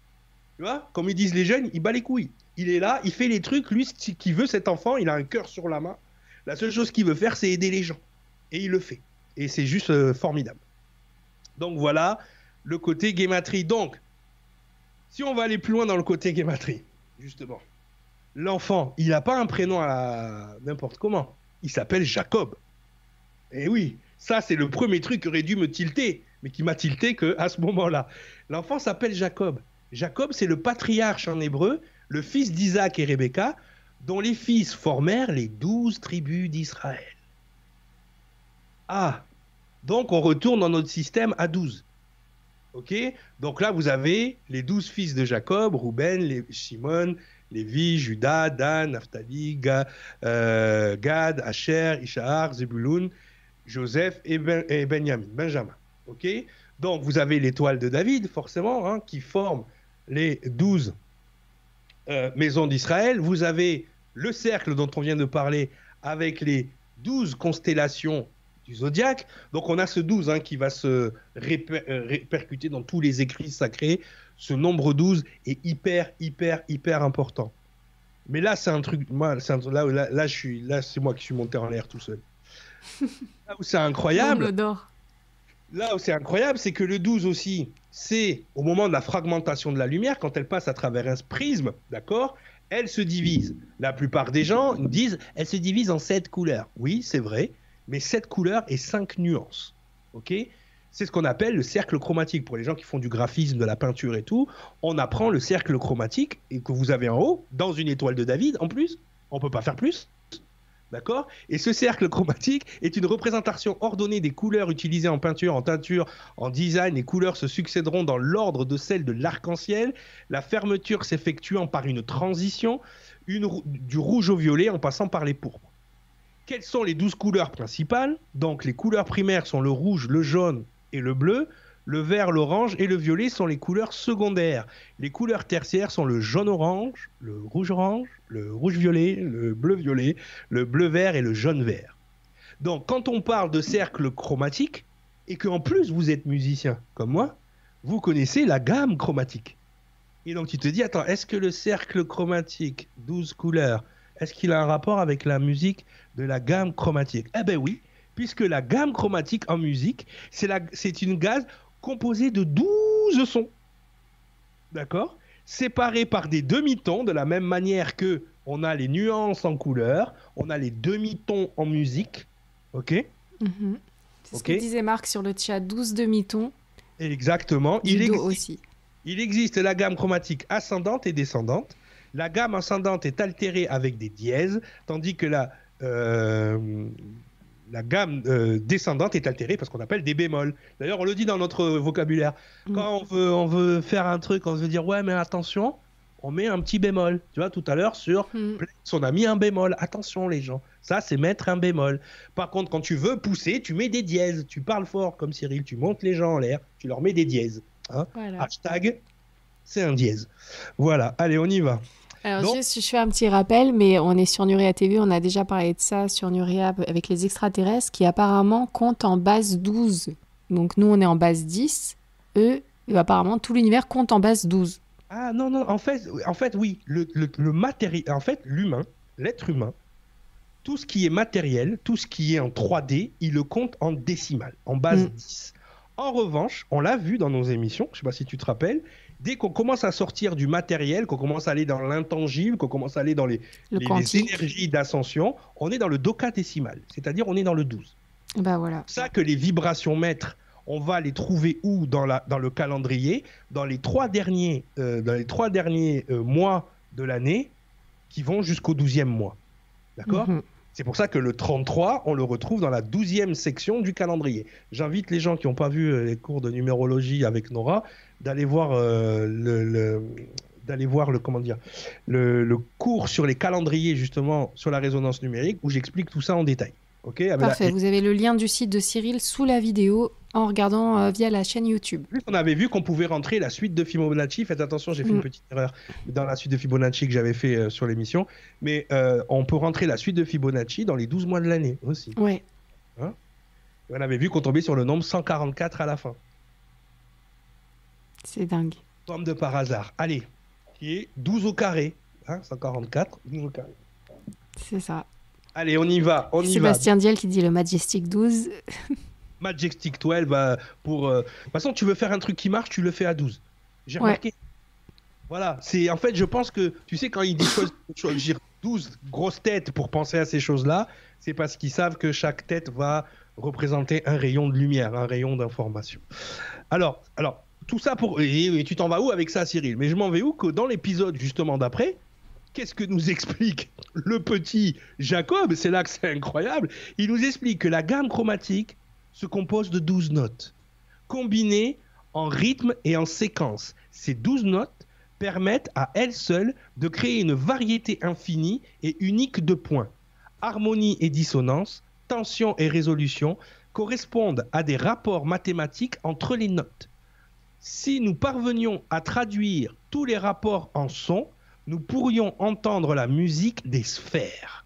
Tu vois? Comme ils disent les jeunes, il bat les couilles. Il est là, il fait les trucs. Lui, ce qu'il veut, cet enfant, il a un cœur sur la main. La seule chose qu'il veut faire, c'est aider les gens. Et il le fait. Et c'est juste euh, formidable. Donc, voilà le côté guématrie. Donc, si on va aller plus loin dans le côté guématrie, justement... L'enfant, il n'a pas un prénom à n'importe comment. Il s'appelle Jacob. Et oui, ça, c'est le premier truc qui aurait dû me tilter, mais qui m'a tilté qu'à ce moment-là. L'enfant s'appelle Jacob. Jacob, c'est le patriarche en hébreu, le fils d'Isaac et Rebecca, dont les fils formèrent les douze tribus d'Israël. Ah, donc on retourne dans notre système à douze. Ok? Donc là, vous avez les douze fils de Jacob, Rouben, les Shimon, Lévi, Judas, Dan, Naphtali, Ga, euh, Gad, Asher, Ishahar, Zebulun, Joseph et, ben, et Benjamin, Benjamin. Ok? Donc vous avez l'étoile de David, forcément, hein, qui forme les douze euh, maisons d'Israël. Vous avez le cercle dont on vient de parler avec les douze constellations du zodiaque. Donc on a ce douze hein, qui va se réper, euh, répercuter dans tous les écrits sacrés. Ce nombre douze est hyper, hyper, hyper important. Mais là, c'est un truc... Moi, c'est un, là, là, là, je suis, là, c'est moi qui suis monté en l'air tout seul. Là où c'est incroyable... Là où c'est incroyable, c'est que le douze aussi, c'est au moment de la fragmentation de la lumière, quand elle passe à travers un prisme, d'accord, elle se divise. La plupart des gens disent, elle se divise en sept couleurs. Oui, c'est vrai, mais sept couleurs et cinq nuances. Ok ? C'est ce qu'on appelle le cercle chromatique. Pour les gens qui font du graphisme, de la peinture et tout, on apprend le cercle chromatique et que vous avez en haut, dans une étoile de David, en plus. On ne peut pas faire plus. D'accord? Et ce cercle chromatique est une représentation ordonnée des couleurs utilisées en peinture, en teinture, en design. Les couleurs se succéderont dans l'ordre de celles de l'arc-en-ciel, la fermeture s'effectuant par une transition, une, du rouge au violet en passant par les pourpres. Quelles sont les douze couleurs principales? Donc les couleurs primaires sont le rouge, le jaune et le bleu. Le vert, l'orange et le violet sont les couleurs secondaires. Les couleurs tertiaires sont le jaune-orange, le rouge-orange, le rouge-violet, le bleu-violet, le bleu-vert et le jaune-vert. Donc, quand on parle de cercle chromatique, et qu'en plus vous êtes musicien comme moi, vous connaissez la gamme chromatique. Et donc tu te dis, attends, est-ce que le cercle chromatique, douze couleurs, est-ce qu'il a un rapport avec la musique de la gamme chromatique? Eh ben oui, puisque la gamme chromatique en musique, c'est la, c'est une gamme composée de douze sons. D'accord? Séparés par des demi-tons, de la même manière que on a les nuances en couleurs, on a les demi-tons en musique. Ok? Mm-hmm. C'est Ok. ce que disait Marc sur le chat, douze demi-tons. Exactement. Du Il do existe, aussi. il existe la gamme chromatique ascendante et descendante. La gamme ascendante est altérée avec des dièses, tandis que la, euh, la gamme euh, descendante est altérée parce qu'on appelle des bémols. D'ailleurs, on le dit dans notre vocabulaire. Mm. Quand on veut, on veut faire un truc, on veut dire ouais, mais attention, on met un petit bémol. Tu vois, tout à l'heure sur Mm. Plex, on a mis un bémol. Attention, les gens, ça c'est mettre un bémol. Par contre, quand tu veux pousser, tu mets des dièses. Tu parles fort comme Cyril, tu montes les gens en l'air, tu leur mets des dièses. Hein. Voilà. Hashtag, c'est un dièse. Voilà, allez, on y va. Alors, Donc- juste, je fais un petit rappel, mais on est sur Nuria T V, on a déjà parlé de ça sur Nuria avec les extraterrestres qui apparemment comptent en base douze. Donc, nous, on est en base dix. Eux, eux, apparemment, tout l'univers compte en base douze. Ah non, non, en fait, en fait oui, le, le, le matériel, en fait, l'humain, l'être humain, tout ce qui est matériel, tout ce qui est en trois D, il le compte en décimales, en base Mm. dix. En revanche, on l'a vu dans nos émissions, je ne sais pas si tu te rappelles, dès qu'on commence à sortir du matériel, qu'on commence à aller dans l'intangible, qu'on commence à aller dans les, Le les, les quantique. énergies d'ascension, on est dans le docadécimal, c'est-à-dire on est dans le douze. Bah voilà. C'est ça que les vibrations mètres, on va les trouver où dans, la, dans le calendrier, dans les trois derniers, euh, dans les trois derniers euh, mois de l'année, qui vont jusqu'au douzième mois. D'accord? Mhm. C'est pour ça que le trente-trois, on le retrouve dans la douzième section du calendrier. J'invite les gens qui n'ont pas vu euh, les cours de numérologie avec Nora d'aller voir euh, le, le- d'aller voir le comment dire le, le cours sur les calendriers justement sur la résonance numérique où j'explique tout ça en détail. Ok? Avec la- Parfait. Vous avez le lien du site de Cyril sous la vidéo en regardant euh, via la chaîne YouTube. Plus, on avait vu qu'on pouvait rentrer la suite de Fibonacci. Faites attention, j'ai fait Mm. une petite erreur dans la suite de Fibonacci que j'avais fait euh, sur l'émission. Mais euh, on peut rentrer la suite de Fibonacci dans les douze mois de l'année aussi. Ouais. Et on avait vu qu'on tombait sur le nombre cent quarante-quatre à la fin. C'est dingue. Tombe de par hasard. Allez, qui est douze au carré. Hein, cent quarante-quatre, douze au carré. C'est ça. Allez, on y va, on y Sébastien Diel qui dit le Majestic douze. va. Majestic douze, bah, pour... euh, De toute façon, tu veux faire un truc qui marche, tu le fais à douze. J'ai Ouais. remarqué. Voilà, c'est en fait, je pense que, tu sais, quand ils disent cho- choisir douze grosses têtes pour penser à ces choses-là, c'est parce qu'ils savent que chaque tête va représenter un rayon de lumière, un rayon d'information. Alors, alors, tout ça pour... Et, et tu t'en vas où avec ça, Cyril? Mais je m'en vais où que dans l'épisode, justement, d'après, qu'est-ce que nous explique le petit Jacob? C'est là que c'est incroyable. Il nous explique que la gamme chromatique se compose de douze notes, combinées en rythme et en séquence. Ces douze notes permettent à elles seules de créer une variété infinie et unique de points. Harmonie et dissonance, tension et résolution correspondent à des rapports mathématiques entre les notes. Si nous parvenions à traduire tous les rapports en sons, nous pourrions entendre la musique des sphères.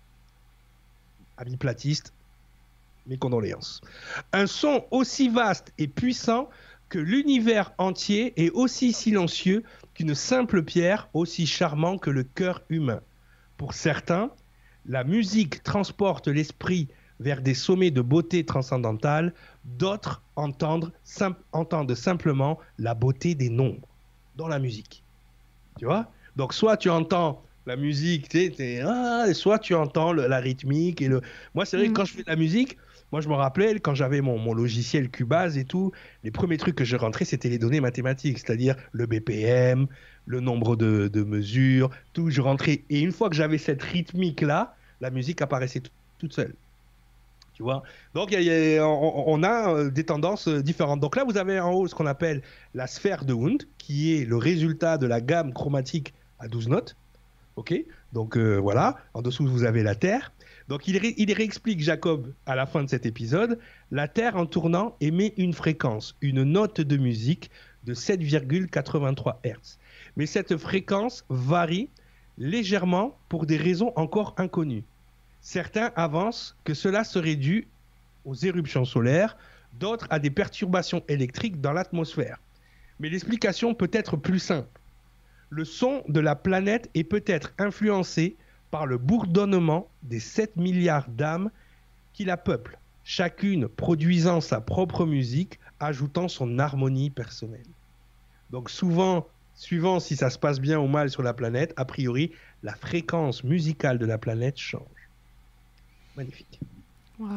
Amis platistes, mes condoléances. Un son aussi vaste et puissant que l'univers entier est aussi silencieux qu'une simple pierre, aussi charmant que le cœur humain. Pour certains, la musique transporte l'esprit vers des sommets de beauté transcendantale, d'autres entendent, sim- entendent simplement la beauté des nombres dans la musique. Tu vois? Donc soit tu entends la musique, tu sais, t'es- ah, soit tu entends le- la rythmique. Et le... Moi, c'est vrai que Mm. quand je fais de la musique, moi je me rappelais quand j'avais mon, mon logiciel Cubase et tout, les premiers trucs que je rentrais, c'était les données mathématiques, c'est-à-dire le B P M, le nombre de, de mesures, tout. Je rentrais. Et une fois que j'avais cette rythmique-là, la musique apparaissait tout- toute seule. Tu vois? Donc, il y a- il y a- on, on a euh, des tendances euh, différentes. Donc là, vous avez en haut ce qu'on appelle la sphère de Hund, qui est le résultat de la gamme chromatique à douze notes. OK? Donc euh, voilà. En dessous, vous avez la Terre. Donc il, ré- il réexplique, Jacob, à la fin de cet épisode, la Terre en tournant émet une fréquence, une note de musique de sept virgule quatre-vingt-trois hertz. Mais cette fréquence varie légèrement pour des raisons encore inconnues. Certains avancent que cela serait dû aux éruptions solaires, d'autres à des perturbations électriques dans l'atmosphère. Mais l'explication peut être plus simple. Le son de la planète est peut-être influencé par le bourdonnement des sept milliards d'âmes qui la peuplent, chacune produisant sa propre musique, ajoutant son harmonie personnelle. Donc souvent, suivant si ça se passe bien ou mal sur la planète, a priori, la fréquence musicale de la planète change. Magnifique. Wow.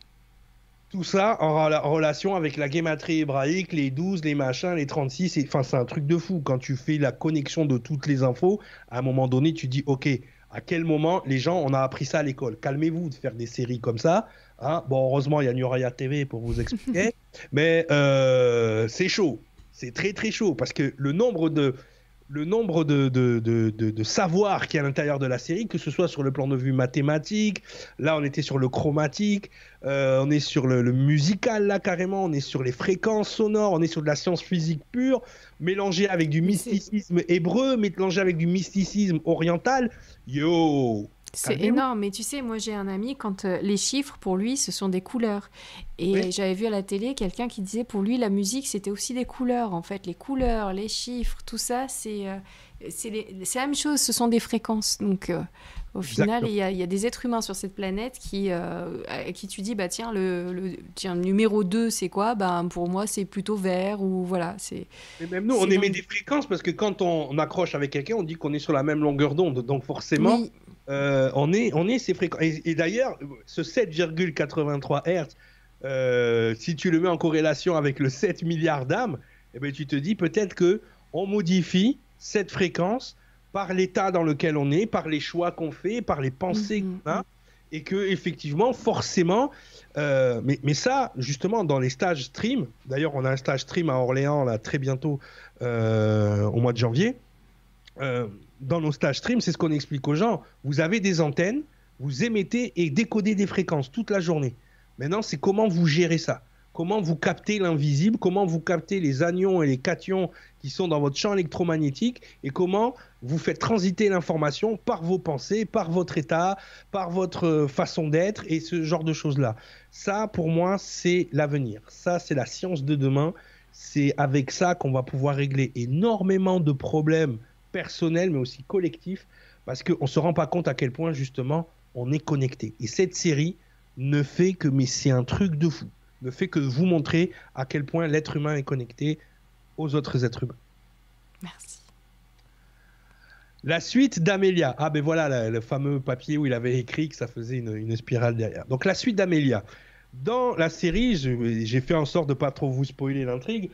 Tout ça en rela- relation avec la guématrie hébraïque, les douze, les machins, les trente-six. Enfin, c'est un truc de fou. Quand tu fais la connexion de toutes les infos, à un moment donné, tu dis, OK, à quel moment les gens, on a appris ça à l'école? Calmez-vous de faire des séries comme ça. Hein. Bon, heureusement, il y a Nuria T V pour vous expliquer. Mais euh, c'est chaud. C'est très, très chaud. Parce que le nombre de... le nombre de, de, de, de, de savoirs qu'il y a à l'intérieur de la série, que ce soit sur le plan de vue mathématique, là on était sur le chromatique, euh, on est sur le, le musical là carrément, on est sur les fréquences sonores, on est sur de la science physique pure, mélangé avec du mysticisme hébreu, mélangé avec du mysticisme oriental. Yo! C'est Calmez-vous. énorme, mais tu sais, moi j'ai un ami, quand euh, les chiffres pour lui ce sont des couleurs. Et Oui. j'avais vu à la télé quelqu'un qui disait pour lui la musique c'était aussi des couleurs en fait. Les couleurs, les chiffres, tout ça c'est euh, c'est les- c'est la même chose, ce sont des fréquences. Donc euh, au final, Exactement. il y a, il y a des êtres humains sur cette planète qui, euh, à qui tu dis bah tiens, le, le, tiens, numéro deux c'est quoi? Bah, pour moi c'est plutôt vert ou voilà. C'est Et même nous, on c'est émet dingue. des fréquences parce que quand on, on accroche avec quelqu'un, on dit qu'on est sur la même longueur d'onde. Donc forcément, Oui, euh, on est, on est ces fréquences. Et, et d'ailleurs, ce sept virgule quatre-vingt-trois Hertz, euh, si tu le mets en corrélation avec le sept milliards d'âmes, eh ben, tu te dis peut-être que on modifie cette fréquence par l'état dans lequel on est, par les choix qu'on fait, par les pensées mhm, qu'on a, et que effectivement, forcément, euh, mais, mais ça, justement, dans les stages stream, d'ailleurs, on a un stage stream à Orléans là très bientôt, euh, au mois de janvier. Euh, dans nos stages stream, c'est ce qu'on explique aux gens. Vous avez des antennes, vous émettez et décodez des fréquences toute la journée. Maintenant, c'est comment vous gérez ça. Comment vous captez l'invisible, comment vous captez les anions et les cations qui sont dans votre champ électromagnétique et comment vous faites transiter l'information par vos pensées, par votre état, par votre euh, façon d'être et ce genre de choses-là. Ça, pour moi, c'est l'avenir. Ça, c'est la science de demain. C'est avec ça qu'on va pouvoir régler énormément de problèmes personnels, mais aussi collectifs, parce qu'on ne se rend pas compte à quel point, justement, on est connecté. Et cette série ne fait que, mais c'est un truc de fou, ne fait que vous montrer à quel point l'être humain est connecté aux autres êtres humains. merci. La suite d'Amélia. Ah ben voilà, la- le fameux papier où il avait écrit que ça faisait une, une spirale derrière. Donc la suite d'Amélia. Dans la série, je- j'ai fait en sorte de pas trop vous spoiler l'intrigue.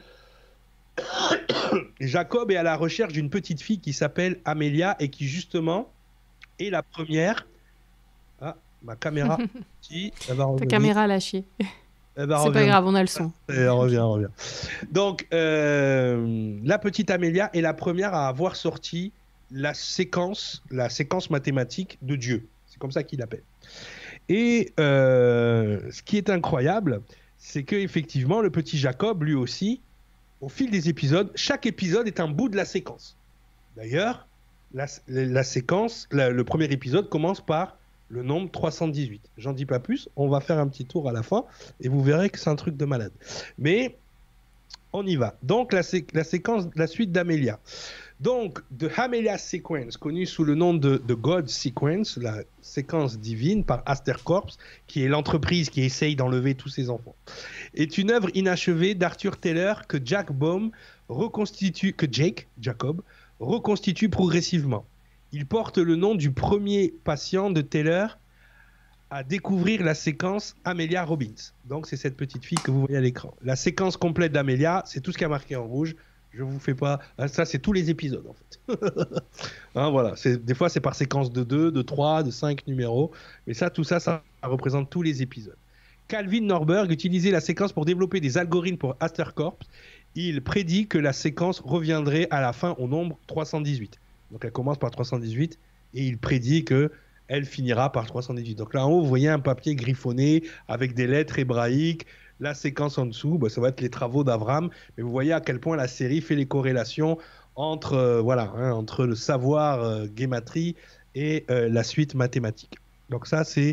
Jacob est à la recherche d'une petite fille qui s'appelle Amélia et qui justement est la première. Ah, ma caméra. Si, elle va Ta revenir. caméra a lâché. Elle va C'est pas revenir. grave, on a le son. Elle revient, revient. Donc, euh, la petite Amélia est la première à avoir sorti la séquence, la séquence mathématique de Dieu. C'est comme ça qu'il l'appelle. Et euh, ce qui est incroyable, c'est que effectivement, le petit Jacob, lui aussi, au fil des épisodes, chaque épisode est un bout de la séquence. D'ailleurs, la, la séquence, la- le premier épisode commence par le nombre trois cent dix-huit. J'en dis pas plus, on va faire un petit tour à la fin et vous verrez que c'est un truc de malade. Mais on y va. Donc la, sé- la séquence, la suite d'Amélia. Donc, The Amelia Sequence, connue sous le nom de, de God Sequence, la séquence divine par Aster Corps, qui est l'entreprise qui essaye d'enlever tous ses enfants, est une œuvre inachevée d'Arthur Taylor que Jack Baum reconstitue, que Jake, Jacob, reconstitue progressivement. Il porte le nom du premier patient de Taylor à découvrir la séquence Amelia Robbins. Donc, c'est cette petite fille que vous voyez à l'écran. La séquence complète d'Amelia, c'est tout ce qui a marqué en rouge. Je vous fais pas. Ah, ça, c'est tous les épisodes, en fait. Hein, voilà. C'est... Des fois, c'est par séquence de deux, de trois, de cinq numéros. Mais ça, tout ça, ça représente tous les épisodes. Calvin Norberg utilisait la séquence pour développer des algorithmes pour Aster Corp. Il prédit que la séquence reviendrait à la fin au nombre trois cent dix-huit. Donc, elle commence par trois cent dix-huit et il prédit que elle finira par trois cent dix-huit. Donc là en haut, vous voyez un papier griffonné avec des lettres hébraïques. La séquence en dessous, bah, ça va être les travaux d'Avram. Mais vous voyez à quel point la série fait les corrélations entre, euh, voilà, hein, entre le savoir euh, guématrie et euh, la suite mathématique. Donc ça, c'est,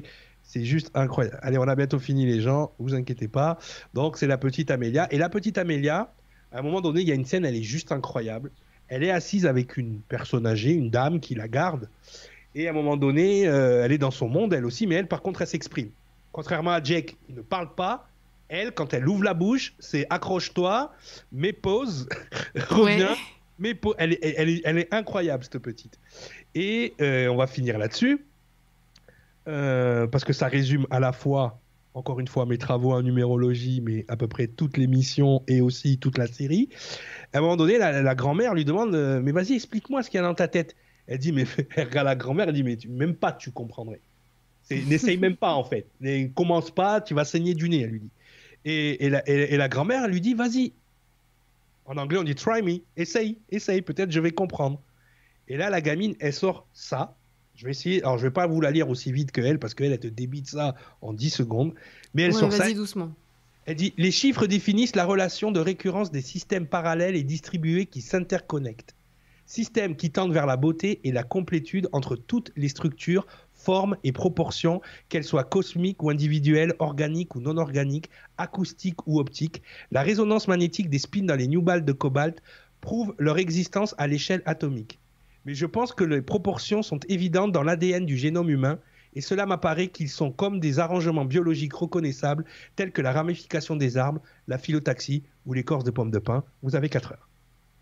C'est juste incroyable. Allez, on a bientôt fini les gens, vous inquiétez pas. Donc c'est la petite Amélia. Et la petite Amélia, à un moment donné, il y a une scène, elle est juste incroyable. Elle est assise avec une personne âgée, une dame qui la garde. Et à un moment donné, euh, elle est dans son monde, elle aussi, mais elle, par contre, elle s'exprime. Contrairement à Jake, qui ne parle pas, elle, quand elle ouvre la bouche, c'est accroche-toi, mets pause, reviens, Ouais. mets pause. Elle, est- elle, est- elle est incroyable, cette petite. Et euh, on va finir là-dessus, euh, parce que ça résume à la fois, encore une fois, mes travaux en numérologie, mais à peu près toutes les missions et aussi toute la série. À un moment donné, la, la grand-mère lui demande euh, mais vas-y, explique-moi ce qu'il y a dans ta tête. Elle dit mais elle regarde la grand-mère, elle dit mais tu, même pas tu comprendrais. C'est- N'essaye même pas en fait. Ne commence pas, tu vas saigner du nez, elle lui dit. Et, et la, et- et la grand-mère elle lui dit vas-y. En anglais on dit try me, essaye, essaye, peut-être je vais comprendre. Et là la gamine elle sort ça. Je vais essayer, alors je vais pas vous la lire aussi vite que elle parce qu'elle elle te débite ça en dix secondes. Mais elle Ouais, sort ça. vas-y doucement. Elle dit les chiffres définissent la relation de récurrence des systèmes parallèles et distribués qui s'interconnectent. Systèmes qui tendent vers la beauté et la complétude entre toutes les structures, formes et proportions, qu'elles soient cosmiques ou individuelles, organiques ou non organiques, acoustiques ou optiques. La résonance magnétique des spins dans les new balls de cobalt prouve leur existence à l'échelle atomique. Mais je pense que les proportions sont évidentes dans l'A D N du génome humain et cela m'apparaît qu'ils sont comme des arrangements biologiques reconnaissables tels que la ramification des arbres, la phyllotaxie ou l'écorce de pomme de pin. Vous avez quatre heures.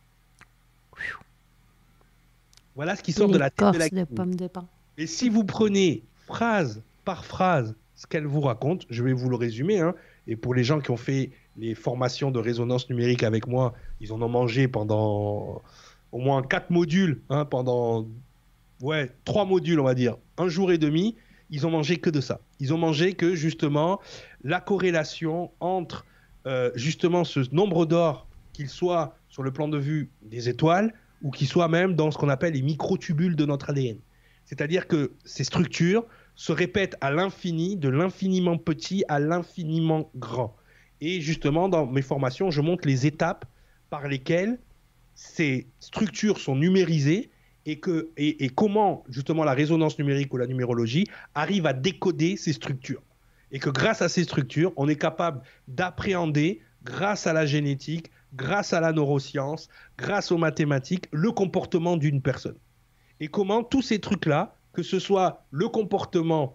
Voilà ce qui sort de la tête de la L'écorce de pomme de pin. Et si vous prenez phrase par phrase ce qu'elle vous raconte, je vais vous le résumer, hein, et pour les gens qui ont fait les formations de résonance numérique avec moi, ils en ont mangé pendant au moins quatre modules, hein, pendant ouais, trois modules, on va dire, un jour et demi, ils ont mangé que de ça. Ils ont mangé que justement la corrélation entre euh, justement ce nombre d'or, qu'il soit sur le plan de vue des étoiles ou qu'il soit même dans ce qu'on appelle les microtubules de notre A D N. C'est-à-dire que ces structures se répètent à l'infini, de l'infiniment petit à l'infiniment grand. Et justement, dans mes formations, je montre les étapes par lesquelles ces structures sont numérisées et, que, et, et comment justement la résonance numérique ou la numérologie arrive à décoder ces structures. Et que grâce à ces structures, on est capable d'appréhender, grâce à la génétique, grâce à la neuroscience, grâce aux mathématiques, le comportement d'une personne. Et comment tous ces trucs-là, que ce soit le comportement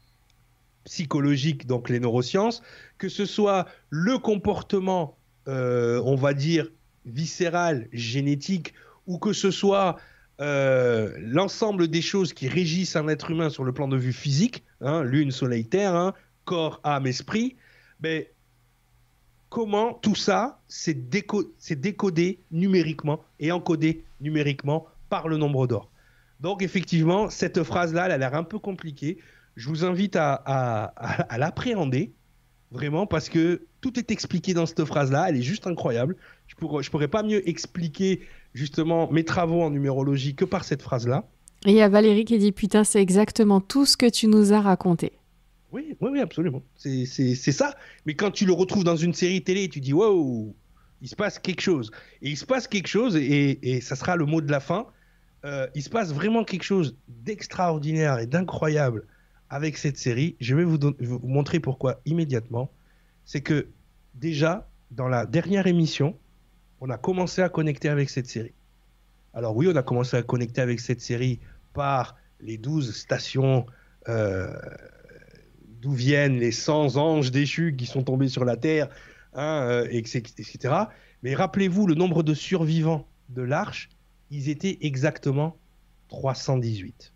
psychologique, donc les neurosciences, que ce soit le comportement, euh, on va dire, viscéral, génétique, ou que ce soit euh, l'ensemble des choses qui régissent un être humain sur le plan de vue physique, hein, lune, soleil, terre, hein, corps, âme, esprit, ben, comment tout ça c'est déco décodé numériquement et encodé numériquement par le nombre d'or. Donc effectivement, cette phrase-là, elle a l'air un peu compliquée. Je vous invite à, à, à, à l'appréhender, vraiment, parce que tout est expliqué dans cette phrase-là. Elle est juste incroyable. Je ne pourrais, je pourrais pas mieux expliquer justement mes travaux en numérologie que par cette phrase-là. Et il y a Valérie qui dit « Putain, c'est exactement tout ce que tu nous as raconté ». Oui, oui, oui, absolument. C'est ça. Mais quand tu le retrouves dans une série télé, tu dis « Wow, il se passe quelque chose ». Et il se passe quelque chose, et, et ça sera le mot de la fin. Euh, il se passe vraiment quelque chose d'extraordinaire et d'incroyable avec cette série. Je vais vous, vous montrer pourquoi immédiatement. C'est que déjà, dans la dernière émission, on a commencé à connecter avec cette série. Alors oui, on a commencé à connecter avec cette série par les douze stations euh, d'où viennent les cent anges déchus qui sont tombés sur la Terre, hein, euh, et cetera. Mais rappelez-vous le nombre de survivants de l'Arche. Ils étaient exactement trois cent dix-huit.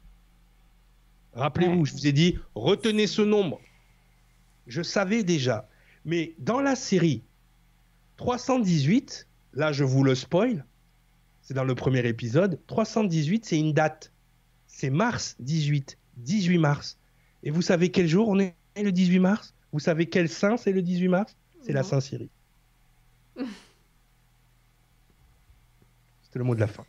Rappelez-vous, ouais. Je vous ai dit, retenez ce nombre. Je savais déjà. Mais dans la série, trois cent dix-huit, là je vous le spoil, c'est dans le premier épisode, trois cent dix-huit c'est une date. C'est mars dix-huit, dix-huit mars. Et vous savez quel jour on est le dix-huit mars? Vous savez quel saint c'est le dix-huit mars? C'est la Saint-Cyril. C'était le mot de la fin.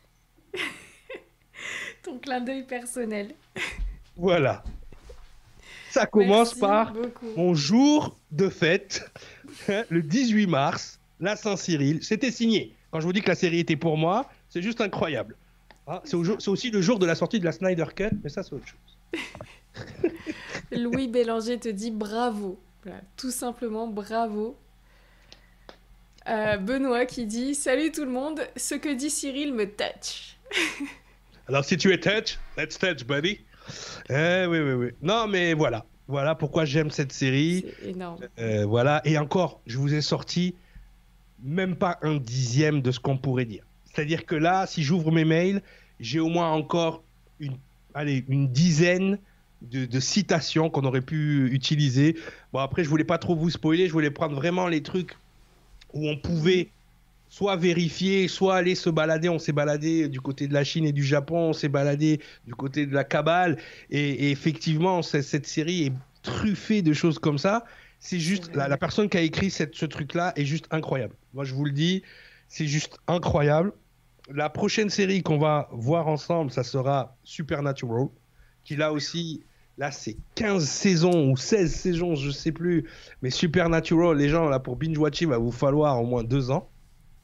Ton clin d'œil personnel. Voilà. Ça commence Merci par beaucoup. Mon jour de fête, le dix-huit mars, la Saint-Cyril. C'était signé. Quand je vous dis que la série était pour moi, c'est juste incroyable. Ah, c'est aussi le jour de la sortie de la Snyder Cut, mais ça c'est autre chose. Louis Bélanger te dit bravo. Voilà, tout simplement bravo. Euh, Benoît qui dit salut tout le monde, ce que dit Cyril me touch. Alors si tu es touch, let's touch, buddy. Eh, oui, oui, oui. Non, mais voilà. Voilà pourquoi j'aime cette série. C'est énorme. Euh, voilà. Et encore, je vous ai sorti même pas un dixième de ce qu'on pourrait dire. C'est-à-dire que là, si j'ouvre mes mails, j'ai au moins encore une, allez, une dizaine de, de citations qu'on aurait pu utiliser. Bon, après, je voulais pas trop vous spoiler. Je voulais prendre vraiment les trucs où on pouvait soit vérifier, soit aller se balader. On s'est baladé du côté de la Chine et du Japon, on s'est baladé du côté de la Kabbale. Et, et effectivement, cette, cette série est truffée de choses comme ça. C'est juste, la, la personne qui a écrit cette, ce truc-là est juste incroyable. Moi, je vous le dis, c'est juste incroyable. La prochaine série qu'on va voir ensemble, ça sera Supernatural, qui là aussi, là, c'est quinze saisons ou seize saisons, je sais plus. Mais Supernatural, les gens, là, pour binge-watcher, il va vous falloir au moins deux ans.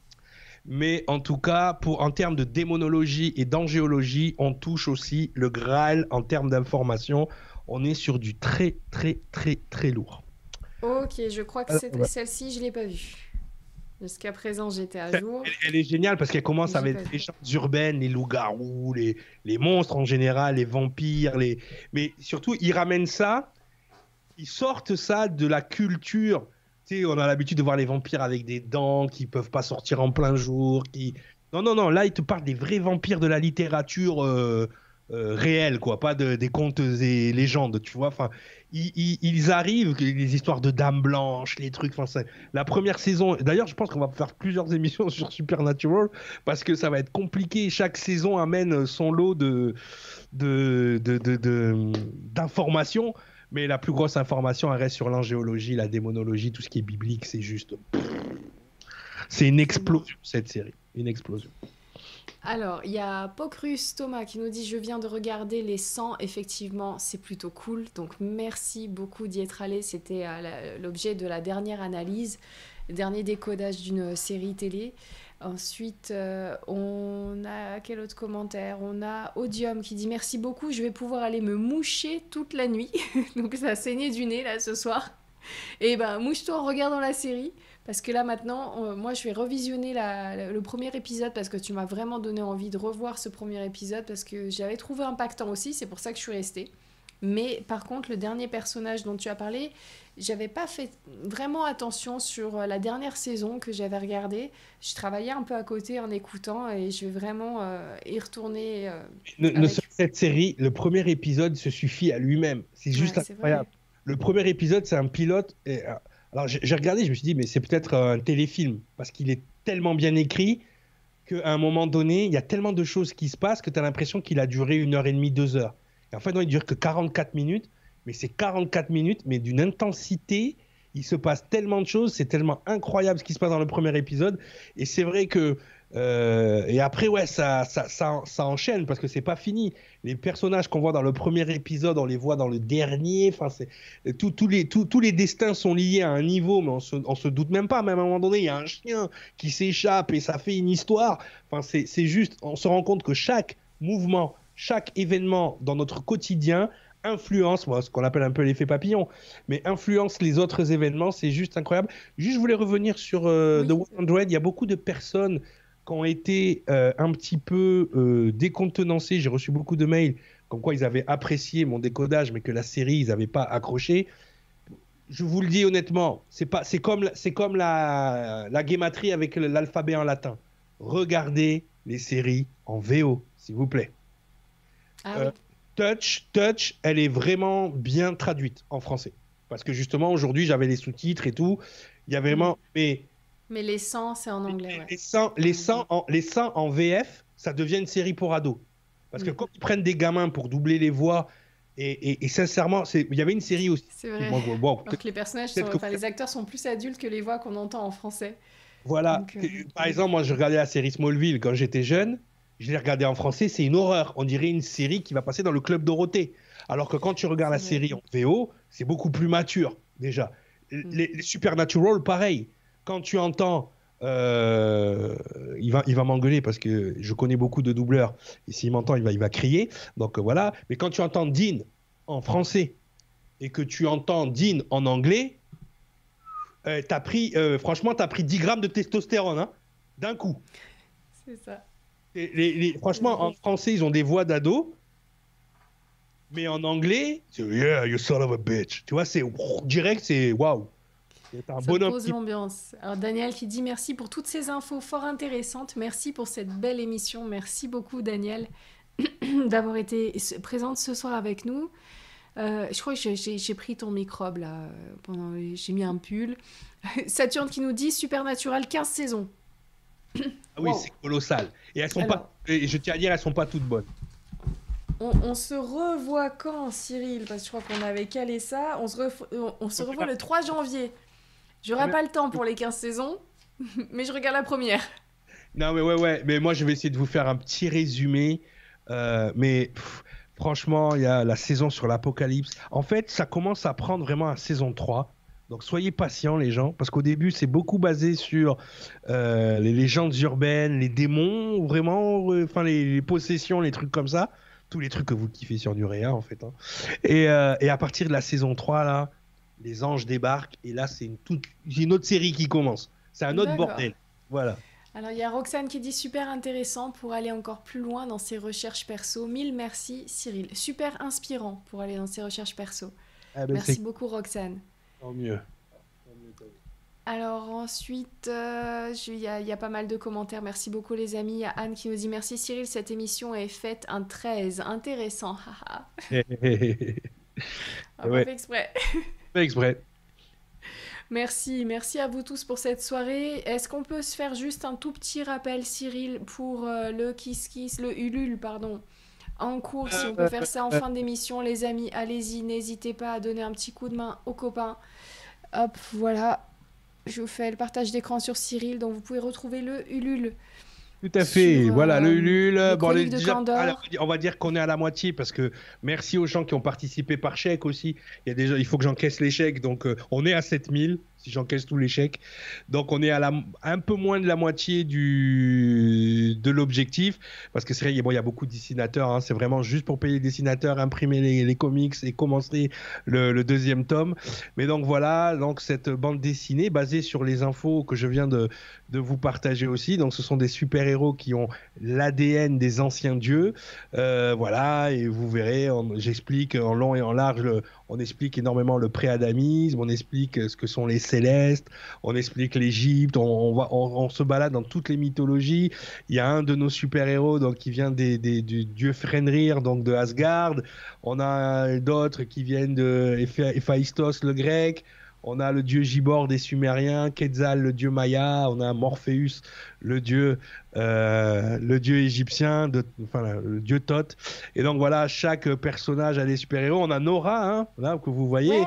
Mais en tout cas, pour, en termes de démonologie et d'angéologie, on touche aussi le Graal en termes d'information. On est sur du très, très, très, très lourd. Ok, je crois que Alors, ouais. celle-ci, je ne l'ai pas vue. Jusqu'à présent, j'étais à jour. Elle, elle est géniale parce qu'elle commence J'ai avec pas les vu. légendes urbaines, les loups-garous, les, les monstres en général, les vampires. Les... Mais surtout, ils ramènent ça, ils sortent ça de la culture. Tu sais, on a l'habitude de voir les vampires avec des dents qui peuvent pas sortir en plein jour. Qui... Non, non, non, là, ils te parlent des vrais vampires de la littérature euh, euh, réelle, quoi, pas de, des contes et légendes, tu vois. Enfin, ils, ils, ils arrivent, les histoires de dames blanches, les trucs. Enfin, c'est... La première saison, d'ailleurs, je pense qu'on va faire plusieurs émissions sur Supernatural parce que ça va être compliqué. Chaque saison amène son lot de, de, de, de, de, d'informations. Mais la plus grosse information, elle reste sur l'angéologie, la démonologie, tout ce qui est biblique. C'est juste. C'est une explosion, cette série. Une explosion. Alors, il y a Pocrus Thomas qui nous dit « Je viens de regarder les cent ». Effectivement, c'est plutôt cool. Donc, merci beaucoup d'y être allé. C'était euh, la- l'objet de la dernière analyse, le dernier décodage d'une série télé. Ensuite, euh, on a quel autre commentaire? On a Odium qui dit « Merci beaucoup, je vais pouvoir aller me moucher toute la nuit. » Donc, ça a saigné du nez, là, ce soir. Et ben, mouche-toi en regardant la série. Parce que là, maintenant, euh, moi, je vais revisionner la- la- le premier épisode parce que tu m'as vraiment donné envie de revoir ce premier épisode parce que j'avais trouvé impactant aussi. C'est pour ça que je suis restée. Mais par contre, le dernier personnage dont tu as parlé, j'avais pas fait vraiment attention sur euh, la dernière saison que j'avais regardée. Je travaillais un peu à côté en écoutant et je vais vraiment euh, y retourner. euh, Ne, ne avec- serait-ce que cette série, le premier épisode se suffit à lui-même. C'est juste Ouais, c'est vrai. incroyable. Le premier épisode, c'est un pilote. Et, euh, alors, j'ai j'ai regardé, je me suis dit, mais c'est peut-être un téléfilm parce qu'il est tellement bien écrit qu'à un moment donné, il y a tellement de choses qui se passent que tu as l'impression qu'il a duré une heure et demie, deux heures. Et en fait, non, il dure que quarante-quatre minutes, mais c'est quarante-quatre minutes, mais d'une intensité. Il se passe tellement de choses, c'est tellement incroyable ce qui se passe dans le premier épisode. Et c'est vrai que. euh, et après, ouais, ça, ça, ça, ça enchaîne parce que c'est pas fini. Les personnages qu'on voit dans le premier épisode, on les voit dans le dernier. Enfin, c'est tout- tous les, tous- tous les destins sont liés à un niveau, mais on se, on se doute même pas. Même à un moment donné, il y a un chien qui s'échappe et ça fait une histoire. Enfin, c'est, c'est juste, on se rend compte que chaque mouvement, chaque événement dans notre quotidien influence, moi, ce qu'on appelle un peu l'effet papillon, mais influence les autres événements. C'est juste incroyable. Juste, je voulais revenir sur euh, Oui. The cent. Il y a beaucoup de personnes qui ont été euh, un petit peu euh, décontenancés. J'ai reçu beaucoup de mails comme quoi ils avaient apprécié mon décodage, mais que la série, ils n'avaient pas accroché. Je vous le dis honnêtement, c'est pas, c'est comme, la- c'est comme la, la guématrie avec l'alphabet en latin. Regardez les séries en V O, s'il vous plaît. Ah Euh, oui. Touch, Touch, elle est vraiment bien traduite en français. Parce que justement, aujourd'hui, j'avais les sous-titres et tout. Il y a vraiment... Mais Mais les cent, c'est en anglais, ouais. les cent, les cent en, les cent en V F, ça devient une série pour ados. Parce que Mhm. quand ils prennent des gamins pour doubler les voix, et, et- et sincèrement, c'est- il y avait une série aussi. C'est vrai. Moi, bon, Alors que les personnages, peut-être sont, que- enfin, les acteurs sont plus adultes que les voix qu'on entend en français. voilà. Donc, euh, Par exemple, moi, je regardais la série Smallville quand j'étais jeune. Je l'ai regardée en français, c'est une horreur. On dirait une série qui va passer dans le Club Dorothée. Alors que quand tu regardes la C'est vrai. série en V O, c'est beaucoup plus mature, déjà. Les, les Supernatural, pareil. Quand tu entends... euh, il va, il va m'engueuler parce que je connais beaucoup de doubleurs. Et s'il m'entend, il va, il va crier. Donc euh, voilà. Mais quand tu entends Dean en français et que tu entends Dean en anglais, euh, t'as pris, euh, franchement, tu as pris dix grammes de testostérone, hein, d'un coup. C'est ça. Et les, les, franchement, en français, ils ont des voix d'ado, mais en anglais, c'est yeah, you son of a bitch. Tu vois, c'est direct, c'est waouh. C'est un Ça bonhomme pose qui... l'ambiance. Alors Daniel qui dit merci pour toutes ces infos fort intéressantes. Merci pour cette belle émission. Merci beaucoup Daniel d'avoir été présente ce soir avec nous. Euh, je crois que j'ai, j'ai pris ton microbe là. Pendant... J'ai mis un pull. Saturne qui nous dit Supernatural quinze saisons. Ah oui, wow. C'est colossal. Et elles sont Alors... pas. Et je tiens à dire, elles sont pas toutes bonnes. On, on se revoit quand, Cyril? Parce que je crois qu'on avait calé ça. On se, ref... on, on se revoit le trois janvier. J'aurai pas le temps pour les quinze saisons, mais je regarde la première. Non, mais ouais, ouais. Mais moi, je vais essayer de vous faire un petit résumé. Euh, mais pff, franchement, il y a la saison sur l'apocalypse. En fait, ça commence à prendre vraiment à saison trois. Donc, soyez patients, les gens. Parce qu'au début, c'est beaucoup basé sur euh, les légendes urbaines, les démons, vraiment, enfin, euh, les, les possessions, les trucs comme ça. Tous les trucs que vous kiffez sur Nurea, en fait. Hein. Et, euh, et à partir de la saison trois, là, les anges débarquent et là c'est une, toute, une autre série qui commence. C'est un autre D'accord. bordel. Voilà. Alors il y a Roxane qui dit super intéressant pour aller encore plus loin dans ses recherches perso. Mille merci Cyril. Super inspirant pour aller dans ses recherches perso. Ah ben merci c'est... beaucoup Roxane. Tant mieux. Alors ensuite, il euh, y, y a pas mal de commentaires. Merci beaucoup les amis. Il y a Anne qui nous dit merci Cyril, cette émission est faite un treize. Intéressant. Ah, ouais. Fait exprès. Fait exprès. Merci, merci à vous tous pour cette soirée. Est-ce qu'on peut se faire juste un tout petit rappel, Cyril, pour euh, le Kiss Kiss, le Ulule, pardon, en cours, si on peut faire ça en fin d'émission, les amis, allez-y, n'hésitez pas à donner un petit coup de main aux copains. Hop, voilà, je vous fais le partage d'écran sur Cyril, donc vous pouvez retrouver le Ulule. Tout à fait, sur, voilà, euh, le Ulule. Le bon, les, de déjà, alors, on va dire qu'on est à la moitié parce que merci aux gens qui ont participé par chèque aussi. Il y a déjà, il faut que j'encaisse les chèques, donc euh, on est à sept mille si j'encaisse tous les chèques. Donc on est à la, un peu moins de la moitié du, de l'objectif parce que c'est vrai, bon, il y a beaucoup de dessinateurs, hein, c'est vraiment juste pour payer les dessinateurs, imprimer les, les comics et commencer le, le deuxième tome. Mais donc voilà, donc cette bande dessinée basée sur les infos que je viens de, de vous partager aussi. Donc ce sont des super-héros qui ont l'A D N des anciens dieux. Euh, voilà, et vous verrez, on, j'explique en long et en large, le, on explique énormément le pré-adamisme, on explique ce que sont les célestes, on explique l'Égypte, on, on, va, on, on se balade dans toutes les mythologies. Il y a un de nos super-héros donc, qui vient des, des, du dieu Fenrir, donc de Asgard. On a d'autres qui viennent de Héphaïstos, le grec. On a le dieu Gibor des Sumériens, Quetzal, le dieu Maya, on a Morpheus, le dieu, euh, le dieu égyptien, de, enfin le dieu Thoth. Et donc voilà, chaque personnage a des super-héros. On a Nora, hein, là, que vous voyez. Ouais.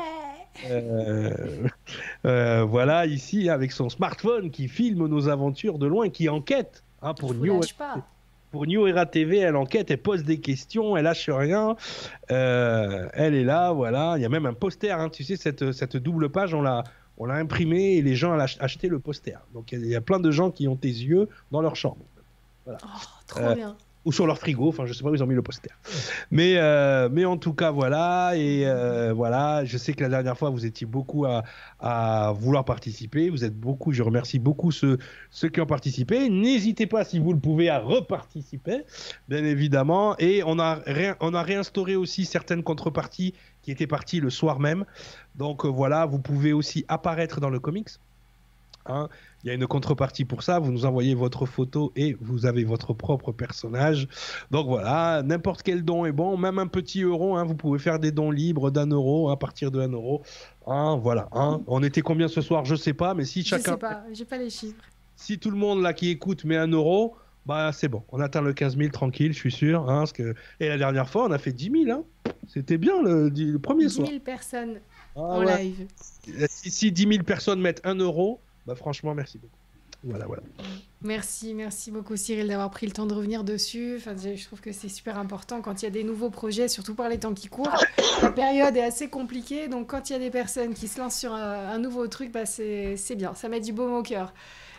Euh, euh, voilà, ici, avec son smartphone qui filme nos aventures de loin, qui enquête hein, pour New Pour New Era T V, elle enquête, elle pose des questions, elle lâche rien. Euh, elle est là, voilà. Il y a même un poster, hein, tu sais, cette, cette double page, on l'a, on l'a imprimée et les gens ont acheté le poster. Donc il y, y a plein de gens qui ont tes yeux dans leur chambre. Voilà. Oh, trop euh, bien. Ou sur leur frigo, enfin je sais pas où ils ont mis le poster. Mais, euh, mais en tout cas voilà, et euh, voilà, je sais que la dernière fois vous étiez beaucoup à, à vouloir participer, vous êtes beaucoup, je remercie beaucoup ceux, ceux qui ont participé. N'hésitez pas si vous le pouvez à reparticiper, bien évidemment, et on a, ré, on a réinstauré aussi certaines contreparties qui étaient parties le soir même, donc euh, voilà, vous pouvez aussi apparaître dans le comics. Hein, il y a une contrepartie pour ça, vous nous envoyez votre photo et vous avez votre propre personnage. Donc voilà, n'importe quel don est bon, même un petit euro, hein, vous pouvez faire des dons libres d'un euro, à partir de un euro. Hein, voilà, hein. On était combien ce soir, je sais pas, mais si chacun... Je sais pas, j'ai pas les chiffres. Si tout le monde là qui écoute met un euro, bah c'est bon, on atteint le quinze mille tranquille, je suis sûr. Hein, parce que... Et la dernière fois, on a fait dix mille, hein. C'était bien le, le premier soir. dix mille personnes ah, en ouais. live. Si, si dix mille personnes mettent un euro, bah franchement, merci beaucoup. Voilà, voilà. Merci, merci beaucoup Cyril d'avoir pris le temps de revenir dessus. Enfin, je trouve que c'est super important quand il y a des nouveaux projets, surtout par les temps qui courent. La période est assez compliquée, donc quand il y a des personnes qui se lancent sur un, un nouveau truc, bah c'est, c'est bien, ça met du baume au cœur.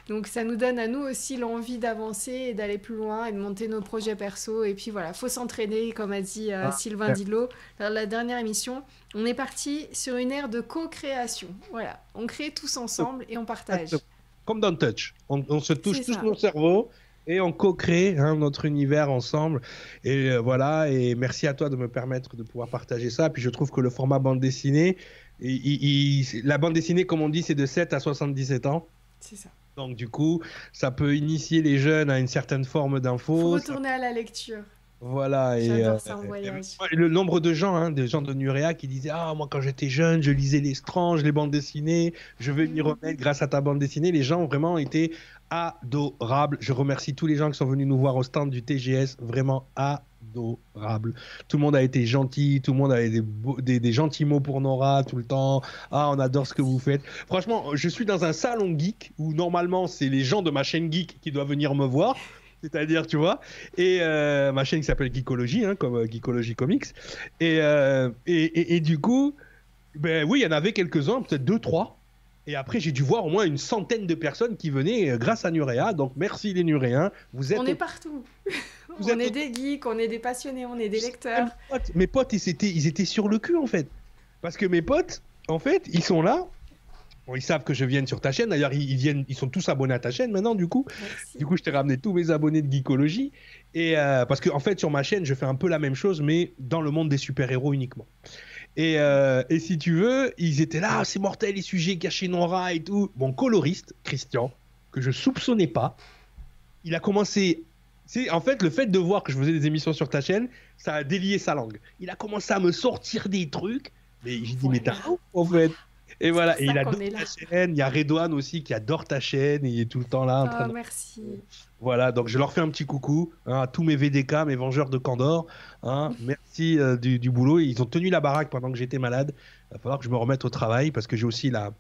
Donc ça nous donne à nous aussi l'envie d'avancer et d'aller plus loin et de monter nos projets perso. Et puis voilà, faut s'entraîner, comme a dit euh, Ah, Sylvain ouais. Didlot dans la dernière émission. On est parti sur une ère de co-création. Voilà, on crée tous ensemble et on partage. Comme dans Touch. On, on se touche C'est tous ça. nos cerveaux et on co-crée hein, notre univers ensemble. Et euh, voilà, et merci à toi de me permettre de pouvoir partager ça. Puis je trouve que le format bande dessinée, il- il- il- la bande dessinée, comme on dit, c'est de sept à soixante-dix-sept ans. C'est ça. Donc du coup, ça peut initier les jeunes à une certaine forme Faut d'info. Ça- retourner à la lecture. Voilà, et, euh, J'adore ça en et- voyage. et le nombre de gens, hein, des gens de Nurea qui disaient ah moi quand j'étais jeune, je lisais les Strange, les bandes dessinées, je vais m'y remettre grâce à ta bande dessinée. Les gens ont vraiment été adorables. Je remercie tous les gens qui sont venus nous voir au stand du T G S, vraiment adorables. Tout le monde a été gentil, tout le monde avait des, beaux- des, des gentils mots pour Nora tout le temps. Ah on adore ce que vous faites. Franchement, je suis dans un salon geek où normalement c'est les gens de ma chaîne geek qui doivent venir me voir. C'est-à-dire, tu vois, et euh, ma chaîne qui s'appelle Geekology, hein, comme euh, Geekology Comics. Et, euh, et, et, et du coup, ben oui, il y en avait quelques-uns, peut-être deux, trois. Et après, j'ai dû voir au moins une centaine de personnes qui venaient euh, grâce à Nurea. Donc, merci les Nuréens. Vous êtes, On au- est partout. vous On êtes est au- des geeks, on est des passionnés, on est des mes lecteurs. potes, mes potes, ils étaient, ils étaient sur le cul, en fait. Parce que mes potes, en fait, ils sont là. Bon, ils savent que je viens sur ta chaîne. D'ailleurs, ils, ils viennent, ils sont tous abonnés à ta chaîne maintenant, du coup. Merci. Du coup, je t'ai ramené tous mes abonnés de Geekology. Et euh, parce que, en fait, sur ma chaîne, je fais un peu la même chose, mais dans le monde des super-héros uniquement. Et, euh, et si tu veux, ils étaient là, ah, c'est mortel, les sujets cachés Nora et tout. Mon coloriste, Christian, que je soupçonnais pas, il a commencé. C'est en fait le fait de voir que je faisais des émissions sur ta chaîne, ça a délié sa langue. Il a commencé à me sortir des trucs, mais j'ai dit mais t'as Voilà. un ouf, en fait. Et voilà, pour et ça il qu'on adore est là. ta chaîne. Il y a Redouane aussi qui adore ta chaîne et il est tout le temps là en train Oh, de. merci. Voilà, donc je leur fais un petit coucou hein, à tous mes V D K, mes Vengeurs de Candor. Hein, merci euh, du, du boulot. Ils ont tenu la baraque pendant que j'étais malade. Il va falloir que je me remette au travail parce que j'ai aussi la,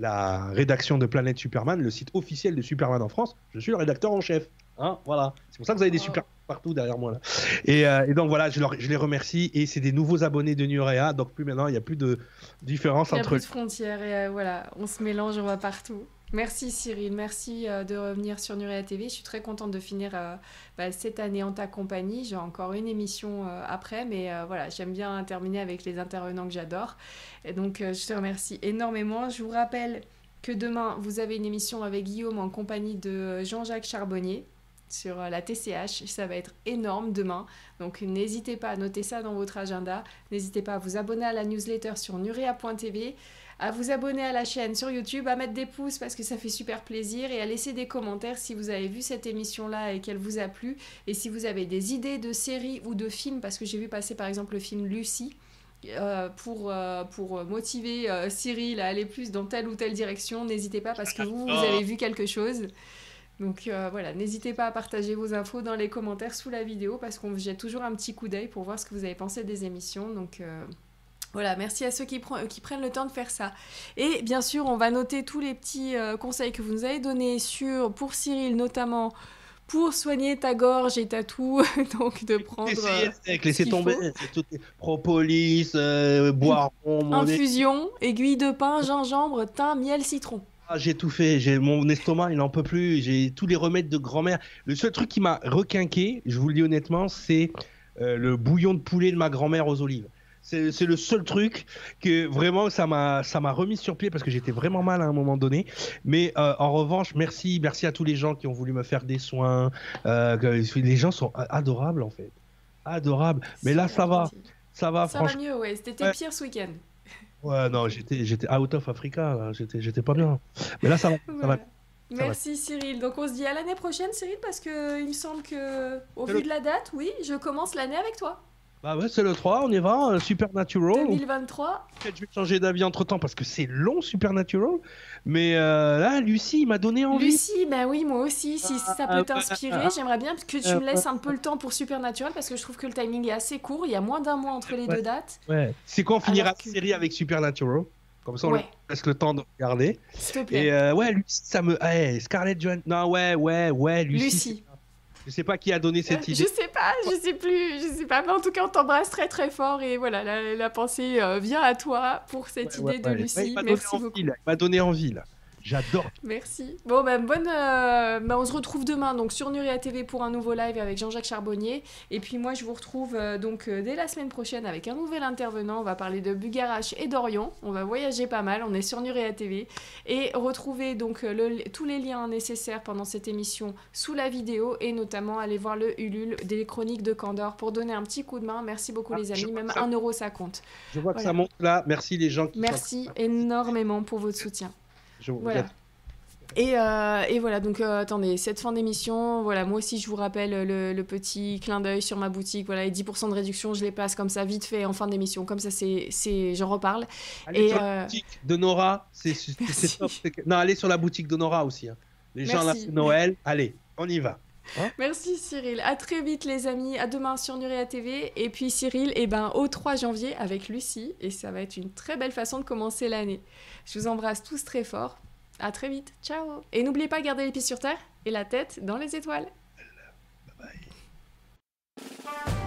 la rédaction de Planète Superman, le site officiel de Superman en France. Je suis le rédacteur en chef. Hein, voilà. C'est pour ça que vous avez des Wow. super partout derrière moi là. Et, euh, et donc voilà, je, leur- je les remercie et c'est des nouveaux abonnés de Nurea. Donc plus maintenant, il n'y a plus de différence Il n'y a entre. plus de frontières et euh, voilà, on se mélange, on va partout. Merci Cyril, merci euh, de revenir sur Nurea T V. Je suis très contente de finir euh, bah, cette année en ta compagnie. J'ai encore une émission euh, après, mais euh, voilà, j'aime bien terminer avec les intervenants que j'adore. Et donc euh, je te remercie énormément. Je vous rappelle que demain, vous avez une émission avec Guillaume en compagnie de Jean-Jacques Charbonnier sur euh, la T C H. Ça va être énorme demain. Donc n'hésitez pas à noter ça dans votre agenda. N'hésitez pas à vous abonner à la newsletter sur nurea point t v, à vous abonner à la chaîne sur YouTube, à mettre des pouces parce que ça fait super plaisir et à laisser des commentaires si vous avez vu cette émission-là et qu'elle vous a plu. Et si vous avez des idées de séries ou de films, parce que j'ai vu passer par exemple le film Lucie, euh, pour, euh, pour motiver euh, Cyril à aller plus dans telle ou telle direction, n'hésitez pas parce que vous, vous avez vu quelque chose. Donc euh, voilà, n'hésitez pas à partager vos infos dans les commentaires sous la vidéo parce qu'on jette toujours un petit coup d'œil pour voir ce que vous avez pensé des émissions. Donc euh, voilà, merci à ceux qui, pre- qui prennent le temps de faire ça. Et bien sûr, on va noter tous les petits euh, conseils que vous nous avez donnés sur, pour Cyril notamment, pour soigner ta gorge et ta toux, donc de prendre Essayez, euh, mec, ce laissez qu'il tomber. faut. C'est tout- Propolis, euh, boire, mon Infusion, aiguille de pin, gingembre, thym, miel, citron. Ah, j'ai tout fait, j'ai mon estomac, il n'en peut plus, j'ai tous les remèdes de grand-mère. Le seul truc qui m'a requinqué, je vous le dis honnêtement, c'est euh, le bouillon de poulet de ma grand-mère aux olives. C'est c'est le seul truc que vraiment ça m'a ça m'a remis sur pied parce que j'étais vraiment mal à un moment donné. Mais euh, en revanche, merci merci à tous les gens qui ont voulu me faire des soins. Euh, que- les gens sont a- adorables en fait, adorables. Mais là ça Super va, gentil. ça va Ça va franchement. mieux, ouais. C'était Ouais. pire ce week-end. Ouais non, j'étais j'étais out of Africa, là. J'étais j'étais pas bien. Mais là ça va, ça va. Voilà. Merci Cyril. Donc on se dit à l'année prochaine Cyril parce que il me semble que au C'est vu le- de la date, oui, je commence l'année avec toi. Bah ouais, c'est le trois, on y va, euh, Supernatural. deux mille vingt-trois. Peut-être je vais changer d'avis entre temps parce que c'est long, Supernatural. Mais euh, là, Lucie, il m'a donné envie. Lucie, bah oui, moi aussi, si ça Ah, peut t'inspirer, j'aimerais bien que tu ah, me laisses un peu le temps pour Supernatural parce que je trouve que le timing est assez court, il y a moins d'un mois entre les Ouais. deux dates. Ouais. C'est quand on finira Alors que- la série avec Supernatural. Comme ça, on Ouais. laisse le temps de regarder. S'il te plaît. Et euh, ouais, Lucie, ça me. Hey, Scarlett Johansson. Non, ouais, ouais, ouais, Lucie. Lucie. Je sais pas qui a donné cette Euh, idée. Je sais pas, je sais plus, je sais pas, mais en tout cas on t'embrasse très très fort et voilà, la, la pensée euh, vient à toi pour cette Ouais, idée ouais, de ouais. Lucie. Ouais, il m'a donné Merci envie, beaucoup. là. Il m'a donné envie, là. J'adore. Merci. Bon, ben, bonne. euh, ben, on se retrouve demain donc sur Nuria T V pour un nouveau live avec Jean-Jacques Charbonnier. Et puis moi, je vous retrouve euh, donc euh, dès la semaine prochaine avec un nouvel intervenant. On va parler de Bugarache et d'Orion. On va voyager pas mal. On est sur Nuria T V. Et retrouvez donc euh, le- tous les liens nécessaires pendant cette émission sous la vidéo et notamment aller voir le Ulule des chroniques de Candor pour donner un petit coup de main. Merci beaucoup Ah, les je amis. vois Même que ça- un euro, ça compte. Je vois que Voilà. ça monte là. Merci les gens qui Merci sont. énormément pour votre soutien. Je vous Voilà. êtes- Et, euh, et voilà, donc euh, attendez, cette fin d'émission, voilà, moi aussi je vous rappelle le, le petit clin d'œil sur ma boutique, voilà, les dix pour cent de réduction, je les passe comme ça vite fait en fin d'émission, comme ça c'est, c'est, j'en reparle. Allez Et sur euh, la boutique de Nora. C'est c'est- c'est Merci. top. C'est- Non, allez sur la boutique de Nora aussi. hein. Les gens là, Merci. c'est Noël. Allez, on y va. Merci Cyril, à très vite les amis, à demain sur Nuria T V, et puis Cyril, eh ben, au trois janvier avec Lucie, et ça va être une très belle façon de commencer l'année. Je vous embrasse tous très fort, à très vite, ciao. Et n'oubliez pas, garder les pieds sur terre et la tête dans les étoiles. Bye bye.